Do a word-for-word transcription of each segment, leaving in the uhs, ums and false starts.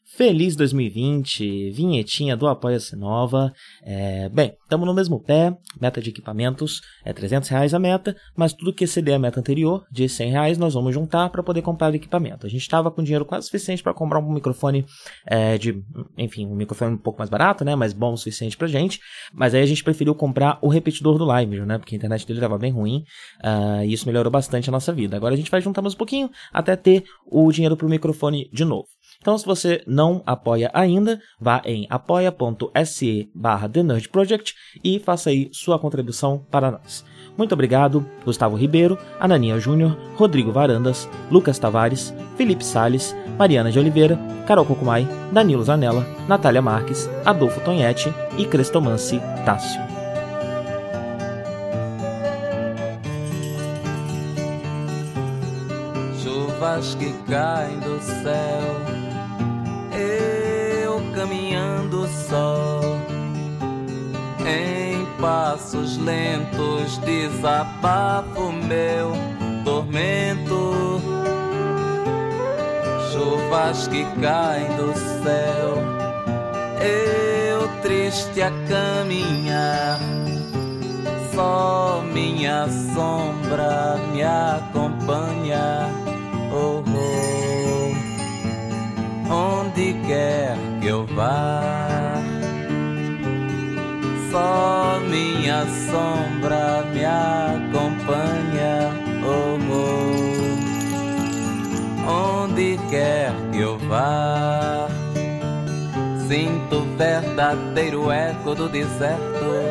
Feliz dois mil e vinte, vinhetinha do Apoia-se Nova. É, bem, estamos no mesmo pé, meta de equipamentos é trezentos reais a meta, mas tudo que exceder a meta anterior, de cem reais, nós vamos juntar para poder comprar o equipamento. A gente estava com dinheiro quase suficiente para comprar um microfone é, de, enfim, um microfone um pouco mais barato, né, mas bom o suficiente pra gente, mas aí a gente preferiu comprar o repetidor do Live, né, porque a internet dele estava bem ruim, uh, e isso melhorou bastante a nossa vida. Agora a gente vai juntar mais um pouquinho até ter o dinheiro pro microfone de novo. Então, se você não apoia ainda, vá em apoia.se barra The Nerd Project e faça aí sua contribuição para nós. Muito obrigado, Gustavo Ribeiro, Ananinha Júnior, Rodrigo Varandas, Lucas Tavares, Felipe Salles, Mariana de Oliveira, Carol Cocumai, Danilo Zanella, Natália Marques, Adolfo Tonhete e Crestomance Tássio. Chuvas que caem do céu, eu caminhando só, em passos lentos desabafo meu tormento. Chuvas que caem do céu, eu triste a caminhar, só minha sombra me acompanha. Oh, oh, onde quer que eu vá, só minha sombra me acompanha. Oh, oh, onde quer que eu vá, sinto verdadeiro eco do deserto.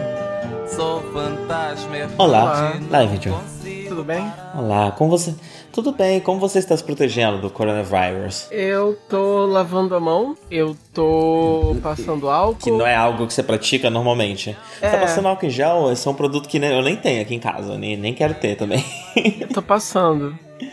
Sou fantasma. Olá, Live Joe. Tudo bem? Olá, como você... Tudo bem, como você está se protegendo do coronavírus? Eu tô lavando a mão, eu tô passando álcool. Que não é algo que você pratica normalmente. É. Você tá passando álcool em gel? Esse é um produto que eu nem tenho aqui em casa, nem, nem quero ter também. Eu tô passando.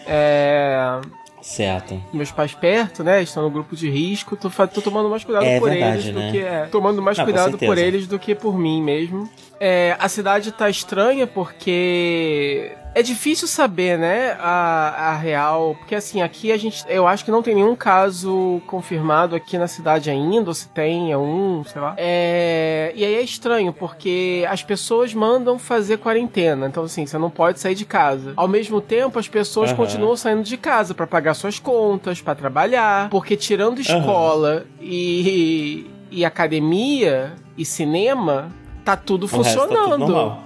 É... Certo. Meus pais perto, né, estão no grupo de risco, tô, tô tomando mais cuidado é por verdade, eles né? do que... É, tomando mais não, cuidado por eles do que por mim mesmo. É, a cidade tá estranha porque... É difícil saber, né, a, a real, porque assim, aqui a gente, eu acho que não tem nenhum caso confirmado aqui na cidade ainda, ou se tem, é um, sei lá. É, e aí é estranho, porque as pessoas mandam fazer quarentena, então assim, você não pode sair de casa. Ao mesmo tempo, as pessoas uhum. continuam saindo de casa pra pagar suas contas, pra trabalhar, porque tirando escola uhum. e, e academia e cinema, tá tudo o funcionando. Resto tá tudo normal.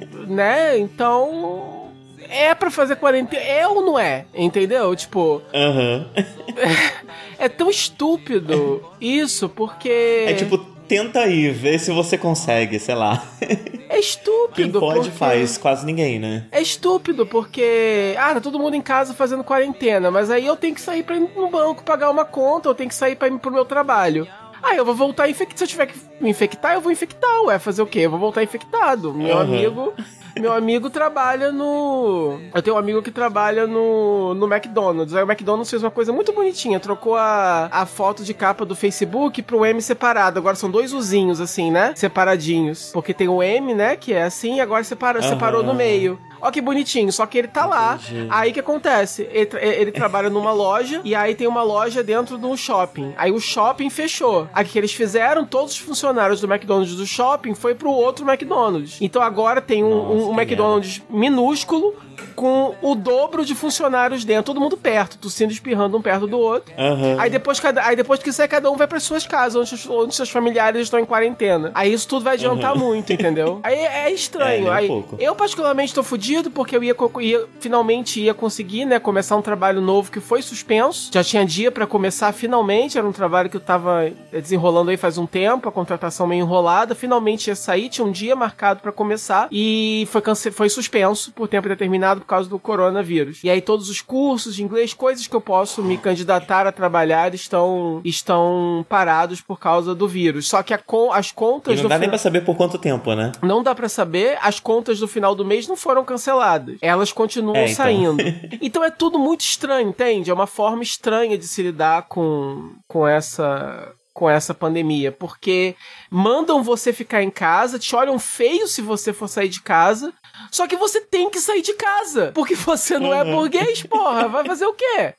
Né, então... É pra fazer quarentena, é ou não é? Entendeu? Tipo... Aham. Uhum. É, é tão estúpido isso, porque... É tipo, tenta aí, vê se você consegue, sei lá. É estúpido. Quem pode porque... faz, quase ninguém, né? É estúpido, porque... Ah, tá todo mundo em casa fazendo quarentena, mas aí eu tenho que sair pra ir no banco pagar uma conta, eu tenho que sair pra ir pro meu trabalho. Ah, eu vou voltar a infectar. Se eu tiver que me infectar, eu vou infectar. Ué, fazer o quê? Eu vou voltar infectado. Meu uhum. amigo... Meu amigo trabalha no... Eu tenho um amigo que trabalha no, no McDonald's. Aí o McDonald's fez uma coisa muito bonitinha. Trocou a, a foto de capa do Facebook pro M separado. Agora são dois uzinhos, assim, né? Separadinhos. Porque tem o M, né? Que é assim, e agora separa, uhum. separou no meio. Ó que bonitinho, só que ele tá lá. Entendi. Aí o que acontece? Ele, tra- ele trabalha numa loja e aí tem uma loja dentro de um shopping. Aí o shopping fechou. Aí o que eles fizeram? Todos os funcionários do McDonald's do shopping foi pro outro McDonald's. Então agora tem um, Nossa, um, um McDonald's é. minúsculo com o dobro de funcionários dentro, todo mundo perto, tossindo e espirrando um perto do outro. Uhum. Aí, depois, cada, aí depois que sai, cada um vai para suas casas, onde, onde seus familiares estão em quarentena. Aí isso tudo vai adiantar uhum. muito, entendeu? Aí é estranho. É, aí, um eu particularmente tô fudido porque eu ia, ia finalmente ia conseguir, né, começar um trabalho novo que foi suspenso. Já tinha dia pra começar finalmente, era um trabalho que eu tava desenrolando aí faz um tempo, a contratação meio enrolada, finalmente ia sair, tinha um dia marcado pra começar e foi, cance- foi suspenso por tempo determinado por causa do coronavírus. E aí todos os cursos de inglês, coisas que eu posso me candidatar a trabalhar estão, estão parados por causa do vírus. Só que a con- as contas... E não do dá fin- nem pra saber por quanto tempo, né? Não dá pra saber, as contas do final do mês não foram canceladas. Elas continuam é, então. saindo. Então é tudo muito estranho, entende? É uma forma estranha de se lidar com, com essa... com essa pandemia, porque mandam você ficar em casa, te olham feio se você for sair de casa, só que você tem que sair de casa, porque você não uhum. é burguês, porra, vai fazer o quê?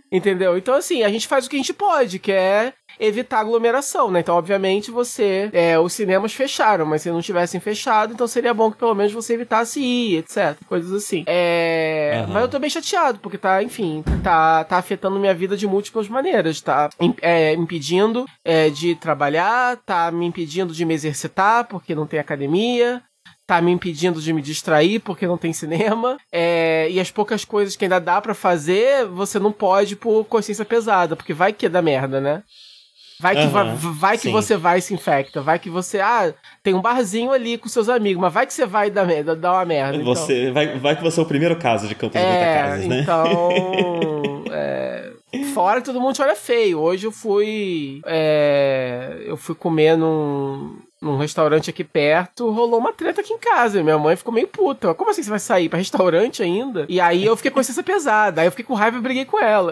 Entendeu? Então, assim, a gente faz o que a gente pode, que é evitar aglomeração, né? Então, obviamente, você... É, os cinemas fecharam, mas se não tivessem fechado, então seria bom que pelo menos você evitasse ir, etcétera. Coisas assim. É... Uhum. Mas eu tô bem chateado, porque tá, enfim, tá, tá afetando minha vida de múltiplas maneiras. Tá é, impedindo é, de trabalhar, tá me impedindo de me exercitar, porque não tem academia... Tá me impedindo de me distrair porque não tem cinema. É, e as poucas coisas que ainda dá pra fazer, você não pode por consciência pesada, porque vai que dá merda, né? Vai que, uhum, vai, vai que você vai e se infecta. Vai que você... Ah, tem um barzinho ali com seus amigos, mas vai que você vai dar, merda, dar uma merda. Você, então. vai, vai que você é o primeiro caso de Campos é, de Goytacazes, né? Então... é, fora que todo mundo te olha feio. Hoje eu fui... É, eu fui comer num... num restaurante aqui perto, rolou uma treta aqui em casa. Minha mãe ficou meio puta. Como assim você vai sair pra restaurante ainda? E aí eu fiquei com consciência pesada. Aí eu fiquei com raiva e briguei com ela.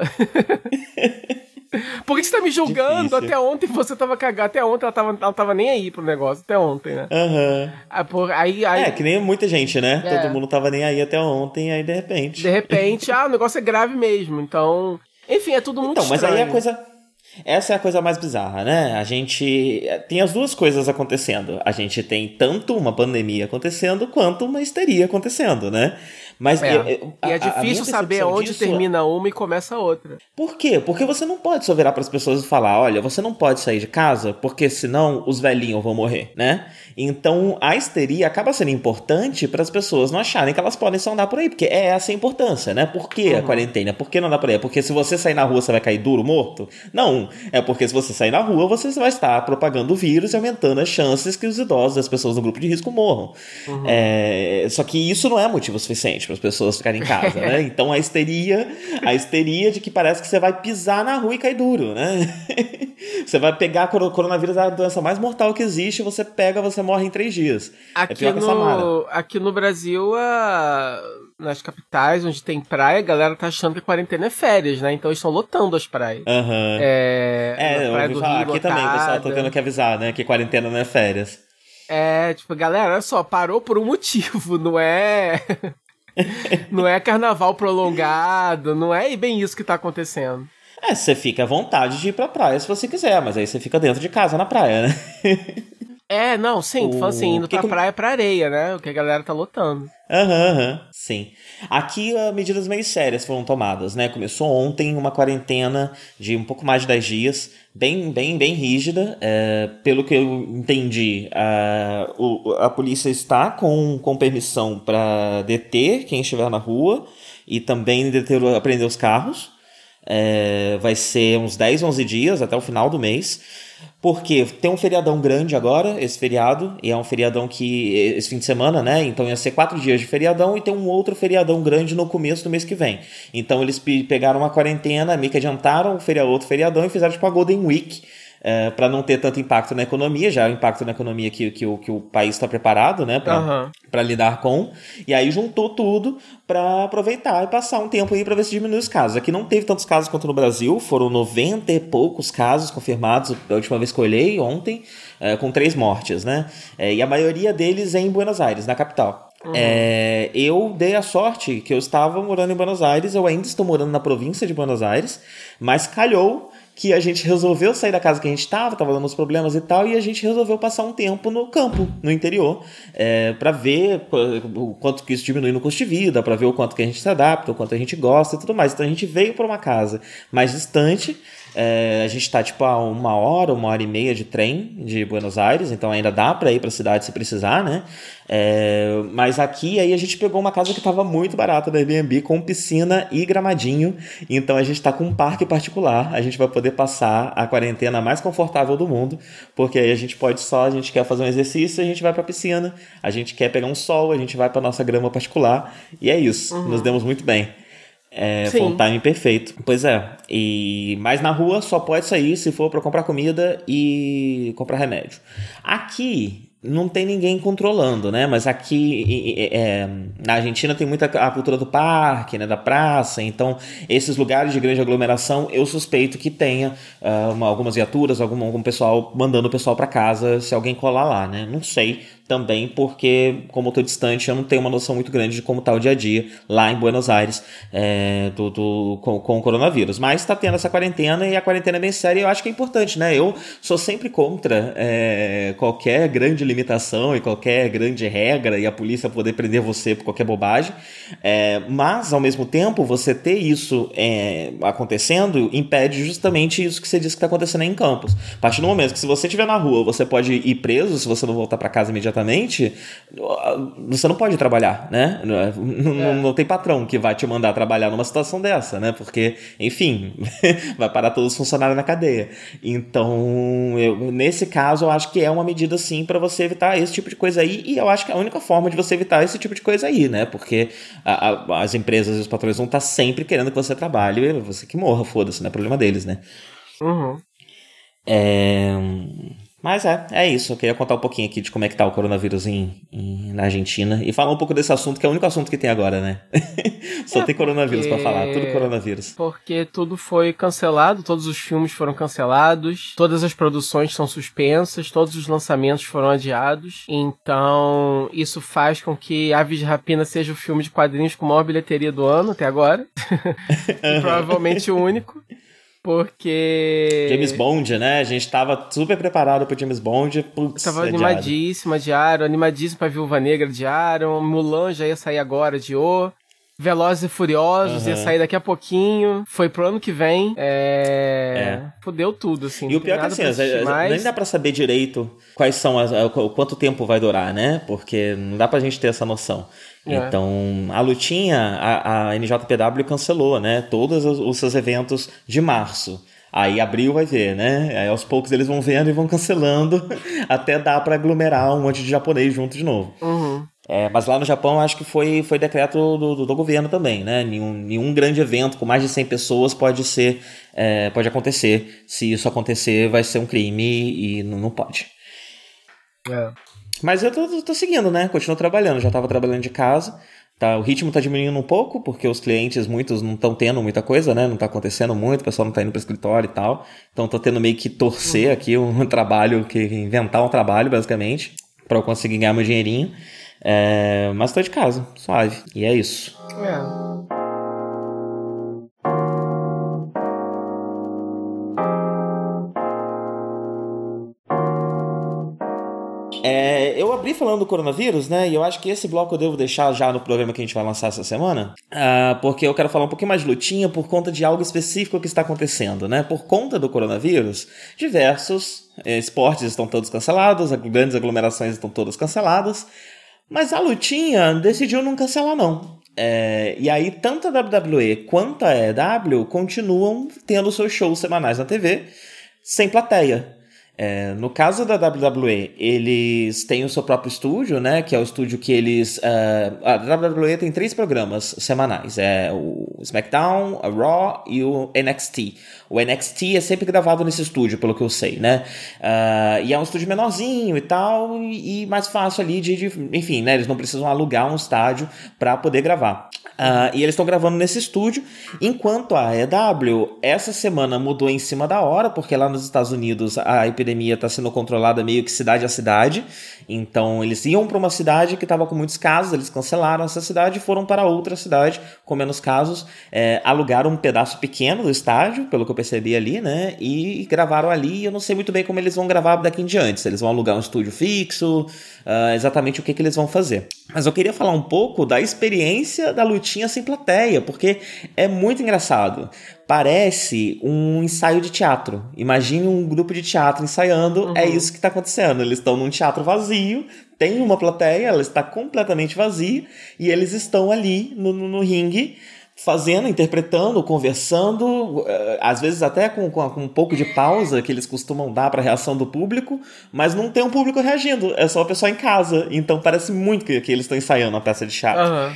Por que você tá me julgando? Difícil. Até ontem você tava cagado. Até ontem ela tava, ela tava nem aí pro negócio. Até ontem, né? Aham. Uhum. Aí, aí... É, que nem muita gente, né? É. Todo mundo tava nem aí até ontem, aí de repente... De repente, ah, o negócio é grave mesmo. Então... Enfim, é tudo muito então, estranho. Mas aí a coisa... Essa é a coisa mais bizarra, né? A gente tem as duas coisas acontecendo. A gente tem tanto uma pandemia acontecendo quanto uma histeria acontecendo, né? Mas é. eu, eu, a, e é difícil saber onde disso... termina uma e começa a outra. Por quê? Porque você não pode só virar para as pessoas e falar, olha, você não pode sair de casa porque senão os velhinhos vão morrer, né? Então a histeria acaba sendo importante para as pessoas não acharem que elas podem só andar por aí, porque é essa a importância, né? Por que uhum. a quarentena? Por que não andar por aí? Porque se você sair na rua você vai cair duro, morto? Não, é porque se você sair na rua você vai estar propagando o vírus e aumentando as chances que os idosos, as pessoas no grupo de risco morram. Uhum. É... Só que isso não é motivo suficiente para as pessoas ficarem em casa, né? Então a histeria, a histeria de que parece que você vai pisar na rua e cair duro, né? Você vai pegar o coronavírus, a doença mais mortal que existe, você pega, você morre em três dias. Aqui, é pior no, que a Samara. Aqui no Brasil, a... nas capitais, onde tem praia, a galera tá achando que a quarentena é férias, né? Então eles estão lotando as praias. Uhum. É, é eu ouvi falar, aqui também o pessoal tá tendo que avisar, né? Que quarentena não é férias. É, tipo, galera, olha só, parou por um motivo, não é... Não é carnaval prolongado, não é bem isso que tá acontecendo. É, você fica à vontade de ir pra praia se você quiser, mas aí você fica dentro de casa na praia, né? É, não, sim, tô falando assim, indo que pra que... praia pra areia, né? O que a galera tá lotando. Aham, uhum, aham, uhum, sim. Aqui, uh, medidas meio sérias foram tomadas, né? Começou ontem uma quarentena de um pouco mais de dez dias, bem, bem, bem rígida. É, pelo que eu entendi, a, o, a polícia está com, com permissão para deter quem estiver na rua e também deter, apreender os carros. É, vai ser uns dez, onze dias até o final do mês. Porque tem um feriadão grande agora, esse feriado, e é um feriadão que, esse fim de semana, né, então ia ser quatro dias de feriadão e tem um outro feriadão grande no começo do mês que vem. Então eles pegaram uma quarentena, meio que adiantaram o feriado, outro feriadão e fizeram tipo a Golden Week, é, para não ter tanto impacto na economia, já é o impacto na economia que, que, o, que o país está preparado, né, para uhum. Pra lidar com, e aí juntou tudo para aproveitar e passar um tempo aí para ver se diminui os casos. Aqui não teve tantos casos quanto no Brasil, foram noventa e poucos casos confirmados, da última vez que eu olhei, ontem, é, com três mortes, né, é, e a maioria deles é em Buenos Aires, na capital. Uhum. É, eu dei a sorte que eu estava morando em Buenos Aires, eu ainda estou morando na província de Buenos Aires, mas calhou que a gente resolveu sair da casa que a gente estava, estava dando uns problemas e tal, e a gente resolveu passar um tempo no campo, no interior, é, para ver o quanto que isso diminui no custo de vida, para ver o quanto que a gente se adapta, o quanto a gente gosta e tudo mais. Então a gente veio para uma casa mais distante, é, a gente está tipo a uma hora, uma hora e meia de trem de Buenos Aires, então ainda dá para ir para a cidade se precisar, né? É, mas aqui aí a gente pegou uma casa que estava muito barata da Airbnb, com piscina e gramadinho, então a gente está com um parque particular, a gente vai poder passar a quarentena mais confortável do mundo, porque aí a gente pode só, a gente quer fazer um exercício, a gente vai para a piscina, a gente quer pegar um sol, a gente vai para nossa grama particular, e é isso, uhum. Nos demos muito bem. É, foi um timing perfeito. Pois é. E, mas na rua só pode sair se for para comprar comida e comprar remédio. Aqui não tem ninguém controlando, né? Mas aqui é, na Argentina tem muita a cultura do parque, né? Da praça. Então, esses lugares de grande aglomeração, eu suspeito que tenha uh, uma, algumas viaturas, algum, algum pessoal mandando o pessoal para casa se alguém colar lá, né? Não sei também porque, como eu tô distante, eu não tenho uma noção muito grande de como tá o dia a dia lá em Buenos Aires é, do, do, com, com o coronavírus. Mas tá tendo essa quarentena e a quarentena é bem séria e eu acho que é importante, né? Eu sou sempre contra é, qualquer grande limitação e qualquer grande regra e a polícia poder prender você por qualquer bobagem, é, mas ao mesmo tempo você ter isso é, acontecendo impede justamente isso que você disse que está acontecendo em Campos. A partir do momento que se você estiver na rua você pode ir preso se você não voltar para casa imediatamente, você não pode trabalhar, né? Não, é. não tem patrão que vai te mandar trabalhar numa situação dessa, né? Porque, enfim, vai parar todos os funcionários na cadeia. Então, eu, nesse caso eu acho que é uma medida sim para você evitar esse tipo de coisa aí, e eu acho que é a única forma de você evitar esse tipo de coisa aí, né? Porque a, a, as empresas e os patrões vão estar sempre querendo que você trabalhe e você que morra, foda-se, não é problema deles, né? Uhum. É... Mas é, é isso. Eu queria contar um pouquinho aqui de como é que tá o coronavírus em, em, na Argentina e falar um pouco desse assunto, que é o único assunto que tem agora, né? Só é tem coronavírus porque... pra falar, tudo coronavírus. Porque tudo foi cancelado, todos os filmes foram cancelados, todas as produções são suspensas, todos os lançamentos foram adiados. Então, isso faz com que Aves de Rapina seja o filme de quadrinhos com a maior bilheteria do ano até agora. E provavelmente o único. Porque... James Bond, né? A gente tava super preparado pro James Bond. Putz, tava adiado. animadíssimo, adiaram. Animadíssimo pra Viúva Negra, adiaram. Mulan já ia sair agora, adiou. Velozes e Furiosos, uhum. ia sair daqui a pouquinho. Foi pro ano que vem. É... é. Fudeu tudo, assim. E o pior é que assim, mas... nem dá pra saber direito quais são as, o quanto tempo vai durar, né? Porque não dá pra gente ter essa noção. É. Então, a lutinha, a, a N J P W cancelou, né? Todos os, os seus eventos de março. Aí abril vai ver, né? Aí aos poucos eles vão vendo e vão cancelando até dar pra aglomerar um monte de japonês junto de novo. Uhum. É, mas lá no Japão acho que foi, foi decreto do, do, do governo também, né? Nenhum, nenhum grande evento com mais de cem pessoas pode ser, é, pode acontecer. Se isso acontecer, vai ser um crime e não, não pode. É. Mas eu tô, tô seguindo, né? Continuo trabalhando. Já tava trabalhando de casa. Tá, o ritmo tá diminuindo um pouco, porque os clientes, muitos, não estão tendo muita coisa, né? Não tá acontecendo muito, o pessoal não tá indo pro escritório e tal. Então tô tendo meio que torcer uhum. aqui um trabalho, que inventar um trabalho, basicamente, pra eu conseguir ganhar meu dinheirinho. É, mas tô de casa, suave. E é isso. É. É, eu abri falando do coronavírus, né? E eu acho que esse bloco eu devo deixar já no programa que a gente vai lançar essa semana, uh, porque eu quero falar um pouquinho mais de lutinha por conta de algo específico que está acontecendo, né? Por conta do coronavírus, diversos eh, esportes estão todos cancelados, grandes aglomerações estão todas canceladas, mas a lutinha decidiu não cancelar, não. É, e aí, tanto a W W E quanto a E W continuam tendo seus shows semanais na T V sem plateia. É, no caso da W W E, eles têm o seu próprio estúdio, né? Que é o estúdio que eles... Uh, a W W E tem três programas semanais. É o SmackDown, a Raw e o N X T. O N X T é sempre gravado nesse estúdio, pelo que eu sei, né? Uh, e é um estúdio menorzinho e tal, e, e mais fácil ali de, de... Enfim, né? Eles não precisam alugar um estádio para poder gravar. Uh, e eles estão gravando nesse estúdio, enquanto a E W, essa semana mudou em cima da hora, porque lá nos Estados Unidos a epidemia está sendo controlada meio que cidade a cidade. Então eles iam para uma cidade que estava com muitos casos, eles cancelaram essa cidade e foram para outra cidade com menos casos, é, alugaram um pedaço pequeno do estádio, pelo que eu percebi ali, né, e gravaram ali. Eu não sei muito bem como eles vão gravar daqui em diante, se eles vão alugar um estúdio fixo, uh, exatamente o que, que eles vão fazer. Mas eu queria falar um pouco da experiência da lutinha sem plateia, porque é muito engraçado. Parece um ensaio de teatro. Imagine um grupo de teatro ensaiando, uhum. É isso que está acontecendo. Eles estão num teatro vazio, tem uma plateia, ela está completamente vazia, e eles estão ali no, no, no ringue, fazendo, interpretando, conversando, às vezes até com, com, com um pouco de pausa que eles costumam dar para a reação do público, mas não tem um público reagindo, é só o pessoal em casa. Então parece muito que, que eles estão ensaiando uma peça de teatro. Uhum.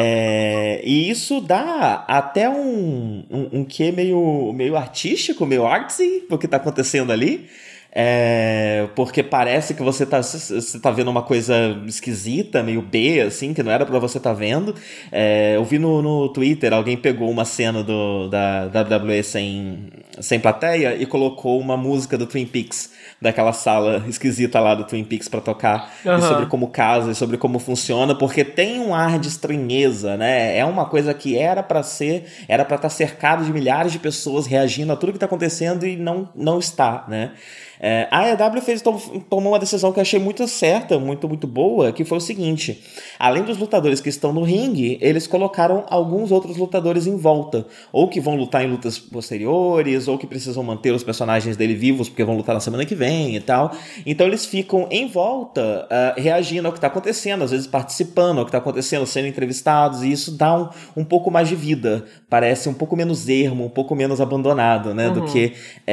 É, e isso dá até um, um, um quê meio, meio artístico, meio artsy, o que está acontecendo ali. É, porque parece que você tá, você tá vendo uma coisa esquisita, meio B, assim, que não era pra você tá vendo. É, eu vi no, no Twitter, alguém pegou uma cena do, da W W E sem, sem plateia e colocou uma música do Twin Peaks, daquela sala esquisita lá do Twin Peaks pra tocar, uhum. E sobre como casa, e sobre como funciona, porque tem um ar de estranheza, né? É uma coisa que era pra ser, era pra estar cercado de milhares de pessoas reagindo a tudo que tá acontecendo e não, não está, né? É, a A E W fez, tomou uma decisão que eu achei muito certa, muito, muito boa, que foi o seguinte: além dos lutadores que estão no ringue, eles colocaram alguns outros lutadores em volta, ou que vão lutar em lutas posteriores, ou que precisam manter os personagens dele vivos porque vão lutar na semana que vem e tal. Então eles ficam em volta, uh, reagindo ao que está acontecendo, às vezes participando ao que está acontecendo, sendo entrevistados, e isso dá um, um pouco mais de vida, parece um pouco menos ermo, um pouco menos abandonado, né, uhum. do que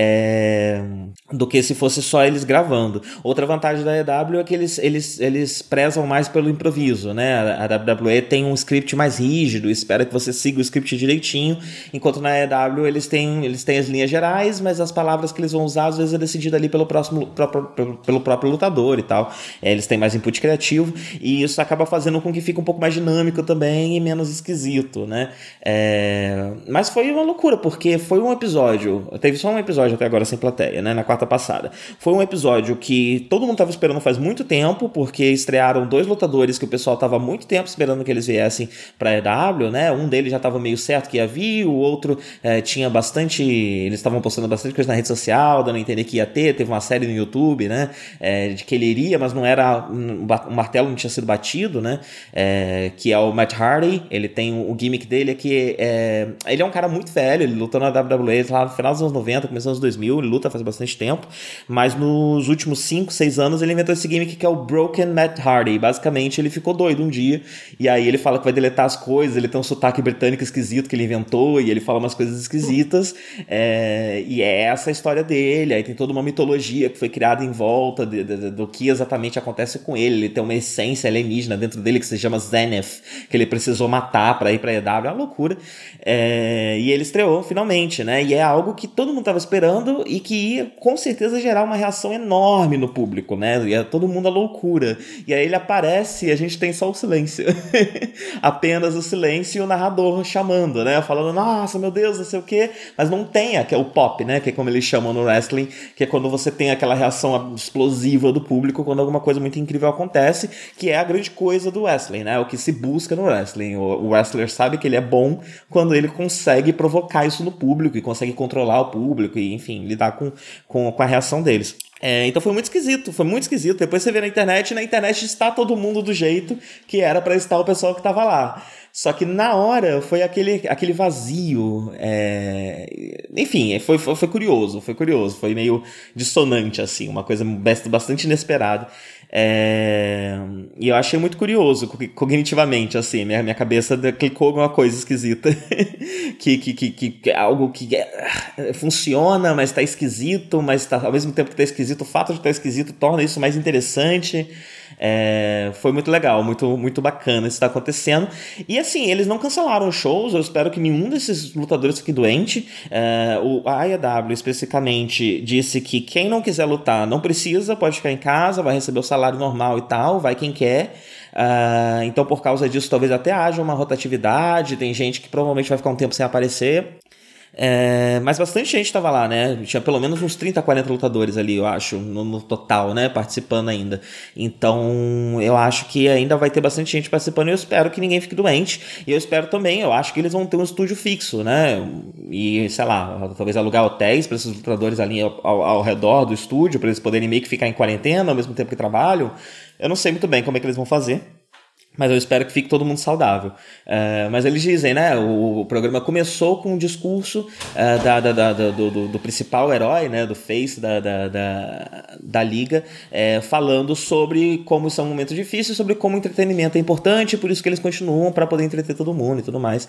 é, do que se fosse só eles gravando. Outra vantagem da A E W é que eles, eles, eles prezam mais pelo improviso, né? A W W E tem um script mais rígido, espera que você siga o script direitinho, enquanto na A E W eles têm, eles têm as linhas gerais, mas as palavras que eles vão usar às vezes é decidido ali pelo, próximo, pelo, pelo próprio lutador e tal. É, eles têm mais input criativo e isso acaba fazendo com que fique um pouco mais dinâmico também e menos esquisito, né? É, mas foi uma loucura, porque foi um episódio, teve só um episódio até agora sem plateia, né? Na quarta passada. Foi um episódio que todo mundo estava esperando faz muito tempo, porque estrearam dois lutadores que o pessoal estava há muito tempo esperando que eles viessem para a E W, né? Um deles já estava meio certo que ia vir, o outro é, tinha bastante... Eles estavam postando bastante coisa na rede social, dando a entender que ia ter, teve uma série no YouTube, né? É, de que ele iria, mas não era... O martelo não tinha sido batido, né? É, que é o Matt Hardy. Ele tem... O gimmick dele é que... É, ele é um cara muito velho, ele lutou na W W E lá no final dos anos noventa, começando nos dois mil, ele luta faz bastante tempo, mas nos últimos cinco, seis anos ele inventou esse gimmick que é o Broken Matt Hardy. Basicamente ele ficou doido um dia e aí ele fala que vai deletar as coisas, ele tem um sotaque britânico esquisito que ele inventou e ele fala umas coisas esquisitas, é, e é essa a história dele. Aí tem toda uma mitologia que foi criada em volta de, de, de, do que exatamente acontece com ele. Ele tem uma essência alienígena dentro dele que se chama Zenith, que ele precisou matar para ir pra E W, é uma loucura. É, e ele estreou finalmente, né? E é algo que todo mundo tava esperando e que ia com certeza gerar uma reação enorme no público, né? E é todo mundo à loucura. E aí ele aparece e a gente tem só o silêncio. Apenas o silêncio e o narrador chamando, né? Falando, nossa, meu Deus, não sei o quê. Mas não tem aquele pop, né? Que é como eles chamam no wrestling, que é quando você tem aquela reação explosiva do público quando alguma coisa muito incrível acontece, que é a grande coisa do wrestling, né? O que se busca no wrestling. O, o wrestler sabe que ele é bom quando ele consegue provocar isso no público e consegue controlar o público e, enfim, lidar com, com, com a reação deles. É, então foi muito esquisito, foi muito esquisito. Depois você vê na internet, e na internet está todo mundo do jeito que era para estar o pessoal que estava lá. Só que na hora foi aquele, aquele vazio, é... enfim, foi, foi, foi curioso, foi curioso, foi meio dissonante, assim, uma coisa bastante inesperada. É... E eu achei muito curioso, cognitivamente, assim, minha, minha cabeça clicou alguma coisa esquisita, que, que, que, que é algo que é, funciona, mas tá esquisito, mas tá, ao mesmo tempo que tá esquisito, o fato de estar esquisito torna isso mais interessante. É, foi muito legal, muito, muito bacana isso tá acontecendo. E assim, eles não cancelaram os shows. Eu espero que nenhum desses lutadores fique doente. é, o, A E W especificamente disse que quem não quiser lutar não precisa, pode ficar em casa, vai receber o salário normal e tal, vai quem quer. Uh, então por causa disso talvez até haja uma rotatividade. Tem gente que provavelmente vai ficar um tempo sem aparecer. É, mas bastante gente estava lá, né? Tinha pelo menos uns trinta, quarenta lutadores ali, eu acho, no, no total, né? Participando ainda. Então, eu acho que ainda vai ter bastante gente participando e eu espero que ninguém fique doente. E eu espero também, eu acho que eles vão ter um estúdio fixo, né? E, sei lá, talvez alugar hotéis para esses lutadores ali ao, ao, ao redor do estúdio, para eles poderem meio que ficar em quarentena ao mesmo tempo que trabalham. Eu não sei muito bem como é que eles vão fazer, mas eu espero que fique todo mundo saudável. Uh, mas eles dizem, né, o, o programa começou com um discurso uh, da, da, da, do, do, do principal herói, né, do face da, da, da, da liga, é, falando sobre como isso é um momento difícil, sobre como o entretenimento é importante, por isso que eles continuam para poder entreter todo mundo e tudo mais.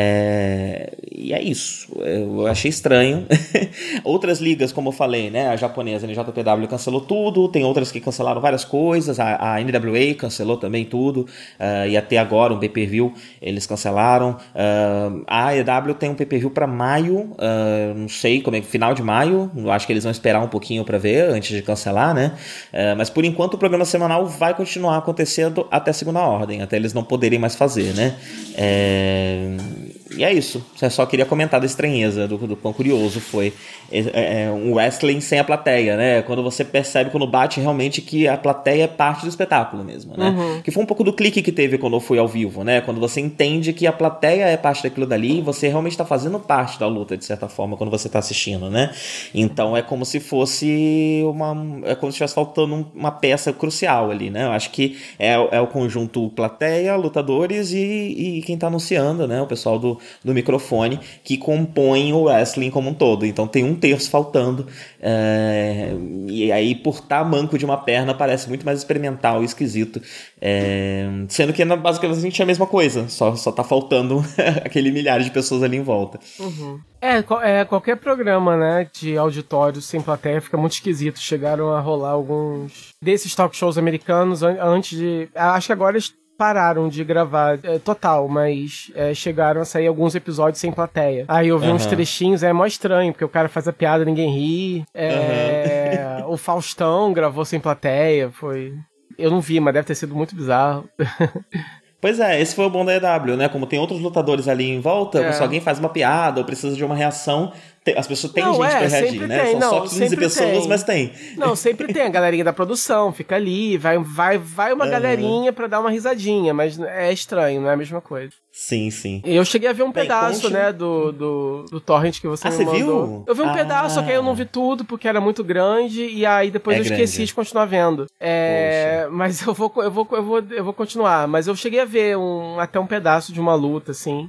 É, e é isso. Eu achei estranho. Outras ligas, como eu falei, né, a japonesa, a N J P W cancelou tudo, tem outras que cancelaram várias coisas, a, a N W A cancelou também tudo. Uh, ia ter agora um pay-per-view, eles cancelaram. Uh, a A E W tem um pay-per-view pra maio, uh, não sei como é, final de maio, eu acho que eles vão esperar um pouquinho pra ver, antes de cancelar, né? Uh, mas por enquanto o programa semanal vai continuar acontecendo até segunda ordem, até eles não poderem mais fazer, né? É... E é isso, eu só queria comentar da estranheza, do, do quão curioso foi é, é, um wrestling sem a plateia, né? Quando você percebe, quando bate realmente que a plateia é parte do espetáculo mesmo, né? Uhum. Que foi um pouco do clique que teve quando eu fui ao vivo, né? Quando você entende que a plateia é parte daquilo dali e você realmente está fazendo parte da luta, de certa forma, quando você está assistindo, né? Então é como se fosse uma... é como se estivesse faltando uma peça crucial ali, né? Eu acho que é, é o conjunto plateia, lutadores e, e quem tá anunciando, né? O pessoal do do microfone, que compõem o wrestling como um todo. Então tem um terço faltando, é, e aí por estar manco de uma perna parece muito mais experimental e esquisito, é, sendo que basicamente a gente é a mesma coisa, só, só tá faltando aquele milhares de pessoas ali em volta. Uhum. É, é, qualquer programa, né, de auditório sem plateia fica muito esquisito. Chegaram a rolar alguns desses talk shows americanos antes de... Acho que agora eles pararam de gravar é, total, mas é, chegaram a sair alguns episódios sem plateia. Aí eu vi uhum. uns trechinhos, é mó estranho, porque o cara faz a piada, ninguém ri. É, uhum. O Faustão gravou sem plateia, foi... Eu não vi, mas deve ter sido muito bizarro. Pois é, esse foi o bom da A E W, né? Como tem outros lutadores ali em volta, é. se alguém faz uma piada ou precisa de uma reação, as pessoas têm não, gente é, pra reagir, né? Tem. São não, só quinze pessoas, tem. mas tem. Não, sempre tem a galerinha da produção, fica ali, vai, vai, vai uma uhum. galerinha pra dar uma risadinha, mas é estranho, não é a mesma coisa. Sim, sim. Eu cheguei a ver um Bem, pedaço, conte... né, do, do, do torrent que você ah, me você mandou. Viu? Eu vi um ah. pedaço, só que aí eu não vi tudo, porque era muito grande, e aí depois é eu grande. esqueci de continuar vendo. É, mas eu vou, eu, vou, eu, vou, eu vou continuar. Mas eu cheguei a ver um, até um pedaço de uma luta, assim.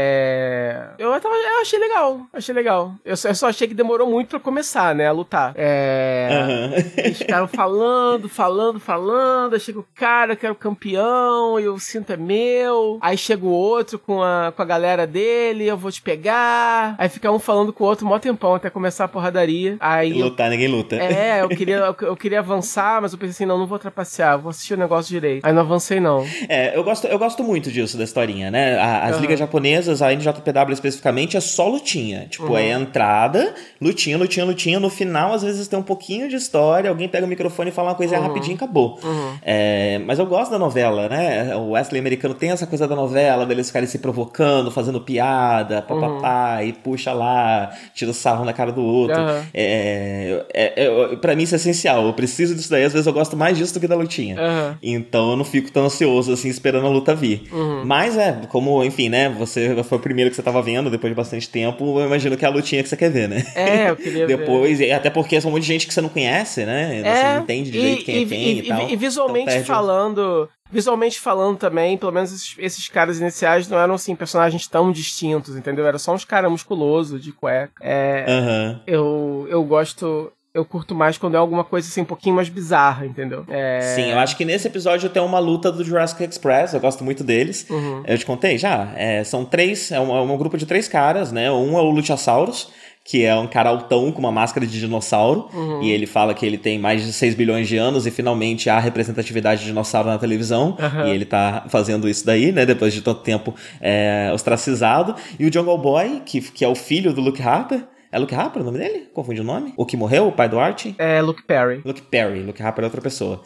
É, eu, eu achei legal, achei legal. Eu só, eu só achei que demorou muito pra começar, né, a lutar. É, uhum. Eles ficaram falando, falando, falando, aí chega o cara que era o campeão, e o cinto é meu, aí chega o outro com a, com a galera dele, eu vou te pegar, aí fica um falando com o outro um mó tempão até começar a porradaria. Aí lutar, eu, ninguém luta. É, eu queria, eu, eu queria avançar, mas eu pensei assim, não, não vou trapacear, vou assistir o negócio direito. Aí não avancei, não. É, eu gosto, eu gosto muito disso, da historinha, né? As uhum. ligas japonesas, a N J P W especificamente, é só lutinha. Tipo, uhum. é entrada, lutinha, lutinha, lutinha. No final, às vezes tem um pouquinho de história, alguém pega o microfone e fala uma coisa uhum. rapidinho e acabou. Uhum. É, mas eu gosto da novela, né? O wrestling americano tem essa coisa da novela, deles ficarem se provocando, fazendo piada, papapá, uhum. e puxa lá, tira o sarro na cara do outro. Uhum. É, é, é, pra mim isso é essencial. Eu preciso disso daí, às vezes eu gosto mais disso do que da lutinha. Uhum. Então eu não fico tão ansioso assim, esperando a luta vir. Uhum. Mas é, como, enfim, né, você foi o primeiro que você tava vendo, depois de bastante tempo, eu imagino que é a lutinha que você quer ver, né? É, eu queria depois, ver. Até porque são um monte de gente que você não conhece, né? É, você não entende direito e, quem é e, quem e, e, e tal. E visualmente então, falando... Visualmente falando também, pelo menos esses, esses caras iniciais não eram, assim, personagens tão distintos, entendeu? Era só uns caras musculosos, de cueca. É, uhum. eu, eu gosto... Eu curto mais quando é alguma coisa assim um pouquinho mais bizarra, entendeu? É... Sim, eu acho que nesse episódio tem uma luta do Jurassic Express, eu gosto muito deles. Uhum. Eu te contei já. É, são três, é um, é um grupo de três caras, né? Um é o Luchasaurus, que é um cara altão com uma máscara de dinossauro, uhum. e ele fala que ele tem mais de seis bilhões de anos e finalmente há representatividade de dinossauro na televisão, uhum. e ele tá fazendo isso daí, né, depois de tanto tempo é, ostracizado. E o Jungle Boy, que, que é o filho do Luke Harper. É Luke Harper o nome dele? Confundi o nome? O que morreu, o pai do Archie? É Luke Perry. Luke Perry. Luke Harper é outra pessoa.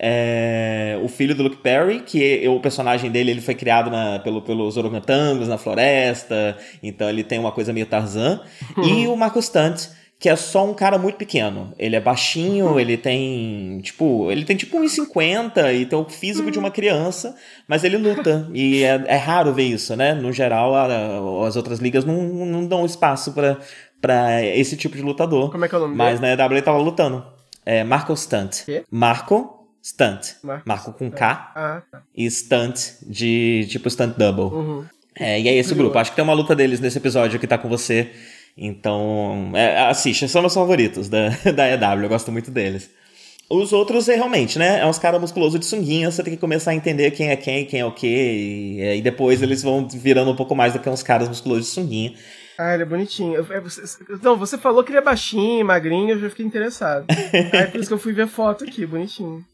É... O filho do Luke Perry, que é, o personagem dele ele foi criado na, pelo, pelos orangotangos na floresta, então ele tem uma coisa meio Tarzan. E o Marcus Stunt, que é só um cara muito pequeno. Ele é baixinho, ele tem tipo, ele tem tipo um metro e cinquenta e tem o físico de uma criança, mas ele luta. E é, é raro ver isso, né? No geral, a, as outras ligas não, não dão espaço pra, pra esse tipo de lutador. Como é que é o nome Mas dele? na E W ele tava lutando. É Marco Stunt. Quê? Marco Stunt. Marco, Marco com K. Ah, tá. E Stunt de tipo Stunt Double. Uhum. É, e é esse o grupo. Acho que tem uma luta deles nesse episódio que tá com você. Então, é, assiste, são meus favoritos da, da E W, eu gosto muito deles. Os outros, é realmente, né, é uns caras musculosos de sunguinha, você tem que começar a entender quem é quem, quem é o quê, e, e depois eles vão virando um pouco mais do que uns caras musculosos de sunguinha. Ah, ele é bonitinho. Eu, eu, você, não, você falou que ele é baixinho, magrinho, eu já fiquei interessado. Aí por isso que eu fui ver foto aqui, bonitinho.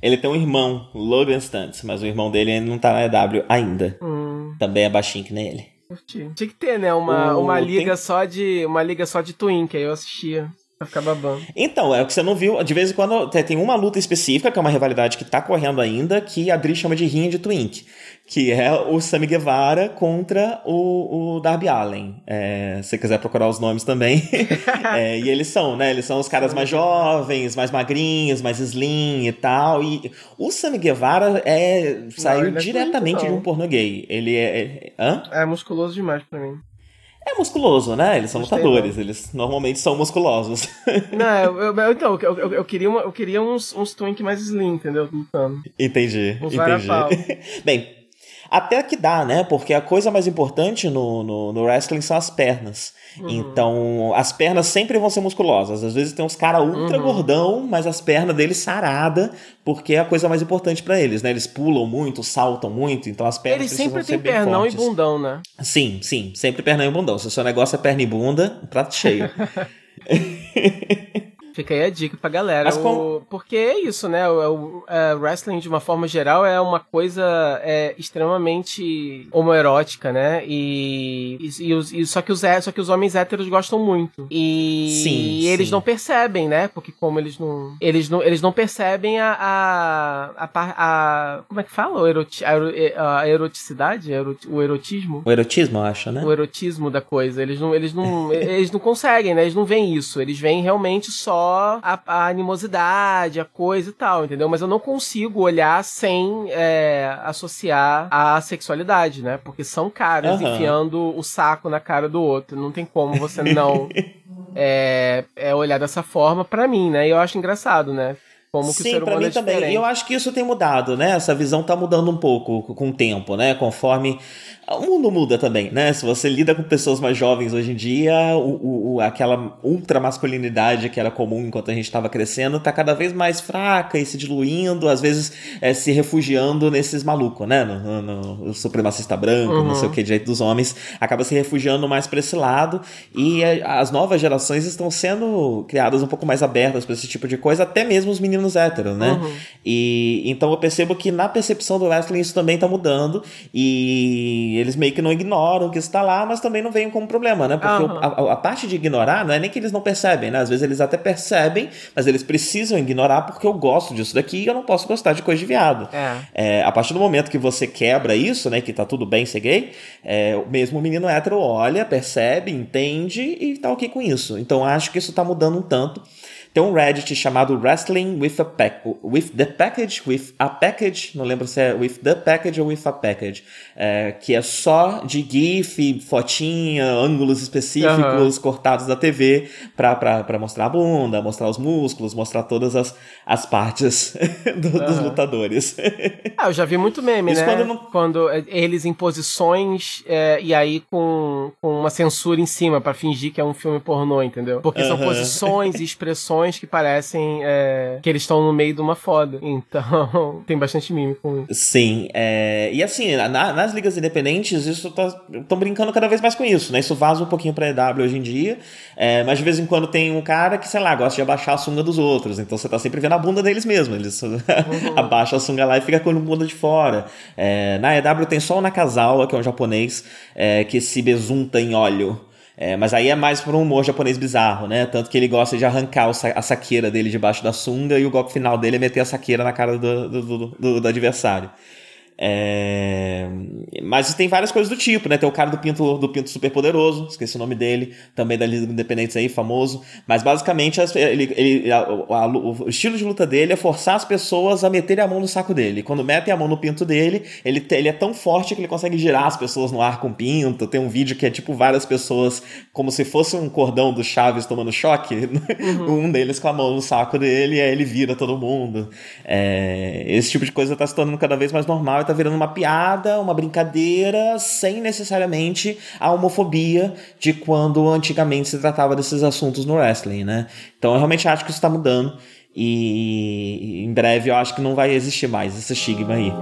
Ele tem um irmão, Logan Stuntz, mas o irmão dele não tá na E W ainda. Hum. Também é baixinho que nem ele. Tinha que ter, né? Uma, O- uma, liga tem- só de, uma liga só de Twin, que aí eu assistia. Pra ficar babando. Então, é o que você não viu. De vez em quando tem- tem uma luta específica, que é uma rivalidade que tá correndo ainda, que a Dri chama de rinha de Twink. Que é o Sammy Guevara contra o, o Darby Allin. É, se você quiser procurar os nomes também. É, e eles são, né? Eles são os caras mais jovens, mais magrinhos, mais slim e tal. E o Sammy Guevara é, saiu ele não é diretamente bonito, de não. um pornô gay. Ele é... é hã? É musculoso demais pra mim. É musculoso, né? Eles são Gostei, lutadores. não. Eles normalmente são musculosos. Não, eu, eu- eu- então, eu, eu, eu queria, uma, eu queria uns, uns Twink mais slim, entendeu? Lutando. Entendi, Uns entendi. varapau. Bem, até que dá, né? Porque a coisa mais importante no, no, no wrestling são as pernas. Uhum. Então, as pernas sempre vão ser musculosas. Às vezes tem uns caras ultra Uhum. gordão, mas as pernas deles sarada, porque é a coisa mais importante pra eles, né? Eles pulam muito, saltam muito, então as pernas Eles precisam sempre ser têm bem pernão fortes. e bundão, né? Sim, sim, sempre pernão e bundão. Se o seu negócio é perna e bunda, prato cheio. Fica aí a dica pra galera. Mas o- com- Porque é isso, né? O, o- é, wrestling, de uma forma geral, é uma coisa é, extremamente homoerótica, né? E, e, e os- e só, que os, hé- só que os homens héteros gostam muito. E, Sim, e eles sim. não percebem, né? Porque como eles não... Eles não, eles não percebem a... a, a, par- a- como é que fala? O eroti, a, ero- a eroticidade? Eroti- O erotismo? O erotismo, eu acho, né? O erotismo da coisa. Eles não, eles não, eles não conseguem, né? Eles não veem isso. Eles veem realmente só a, a animosidade, a coisa e tal, entendeu? Mas eu não consigo olhar sem é, associar a sexualidade, né? Porque são caras Aham. enfiando o saco na cara do outro. Não tem como você não é, é olhar dessa forma pra mim, né? E eu acho engraçado, né? Como que o Sim, ser pra humano mim é também. diferente. E eu acho que isso tem mudado, né? Essa visão tá mudando um pouco com o tempo, né? Conforme o mundo muda também, né? Se você lida com pessoas mais jovens hoje em dia, o, o, o- aquela ultra masculinidade que era comum enquanto a gente estava crescendo tá cada vez mais fraca e se diluindo, às vezes é, se refugiando nesses malucos, né? No, no, no- o supremacista branco, Uhum. não sei o que, direito dos homens, acaba se refugiando mais pra esse lado e é, as novas gerações estão sendo criadas um pouco mais abertas pra esse tipo de coisa, até mesmo os meninos héteros, né? Uhum. E então eu percebo que na percepção do wrestling isso também tá mudando e eles meio que não ignoram que isso tá lá, mas também não veem como problema, né? Porque Aham. o- a, a parte de ignorar não é nem que eles não percebem, né? Às vezes eles até percebem, mas eles precisam ignorar porque eu gosto disso daqui e eu não posso gostar de coisa de viado. É. É, a partir do momento que você quebra isso, né, que tá tudo bem ser gay, é, mesmo o menino hétero olha, percebe, entende e tá ok com isso. Então acho que isso tá mudando um tanto. Tem um Reddit chamado Wrestling with a Pack, with the Package, with a Package, não lembro se é with the Package ou with a Package, é, que é só de GIF, fotinha, ângulos específicos cortados da T V pra, pra, pra mostrar a bunda, mostrar os músculos, mostrar todas as, as partes do- dos Aham. lutadores. Ah, eu já vi muito meme, Isso né? quando não- Quando é, eles em posições é, e aí com, com uma censura em cima pra fingir que é um filme pornô, entendeu? Porque são Aham. posições e expressões que parecem é, que eles estão no meio de uma foda. Então, tem bastante meme com isso. Sim, é, e assim, na- nas ligas independentes, isso tá, estão brincando cada vez mais com isso, né? Isso vaza um pouquinho pra E W hoje em dia, é, mas de vez em quando tem um cara que, sei lá, gosta de abaixar a sunga dos outros, então você tá sempre vendo a bunda deles mesmo, eles abaixam a sunga lá e fica com a bunda de fora. É, na E W tem só o Nakazawa, que é um japonês, é, que se besunta em óleo. É, mas aí é mais por um humor japonês bizarro, né? Tanto que ele gosta de arrancar o sa- a saqueira dele debaixo da sunga e o golpe final dele é meter a saqueira na cara do, do, do, do- do adversário. É... Mas tem várias coisas do tipo, né? Tem o cara do pinto, do pinto super poderoso, esqueci o nome dele, também da Liga Independentes aí, famoso. Mas basicamente as- ele, ele, a- a- o estilo de luta dele é forçar as pessoas a meterem a mão no saco dele. Quando metem a mão no pinto dele, ele, te- ele é tão forte que ele consegue girar as pessoas no ar com o pinto. Tem um vídeo que é tipo várias pessoas, como se fosse um cordão do Chaves tomando choque, um deles com a mão no saco dele, e aí ele vira todo mundo. É, esse tipo de coisa tá se tornando cada vez mais normal e tá virando uma piada, uma brincadeira, sem necessariamente a homofobia de quando antigamente se tratava desses assuntos no wrestling, né? Então eu realmente acho que isso tá mudando e em breve eu acho que não vai existir mais esse estigma aí.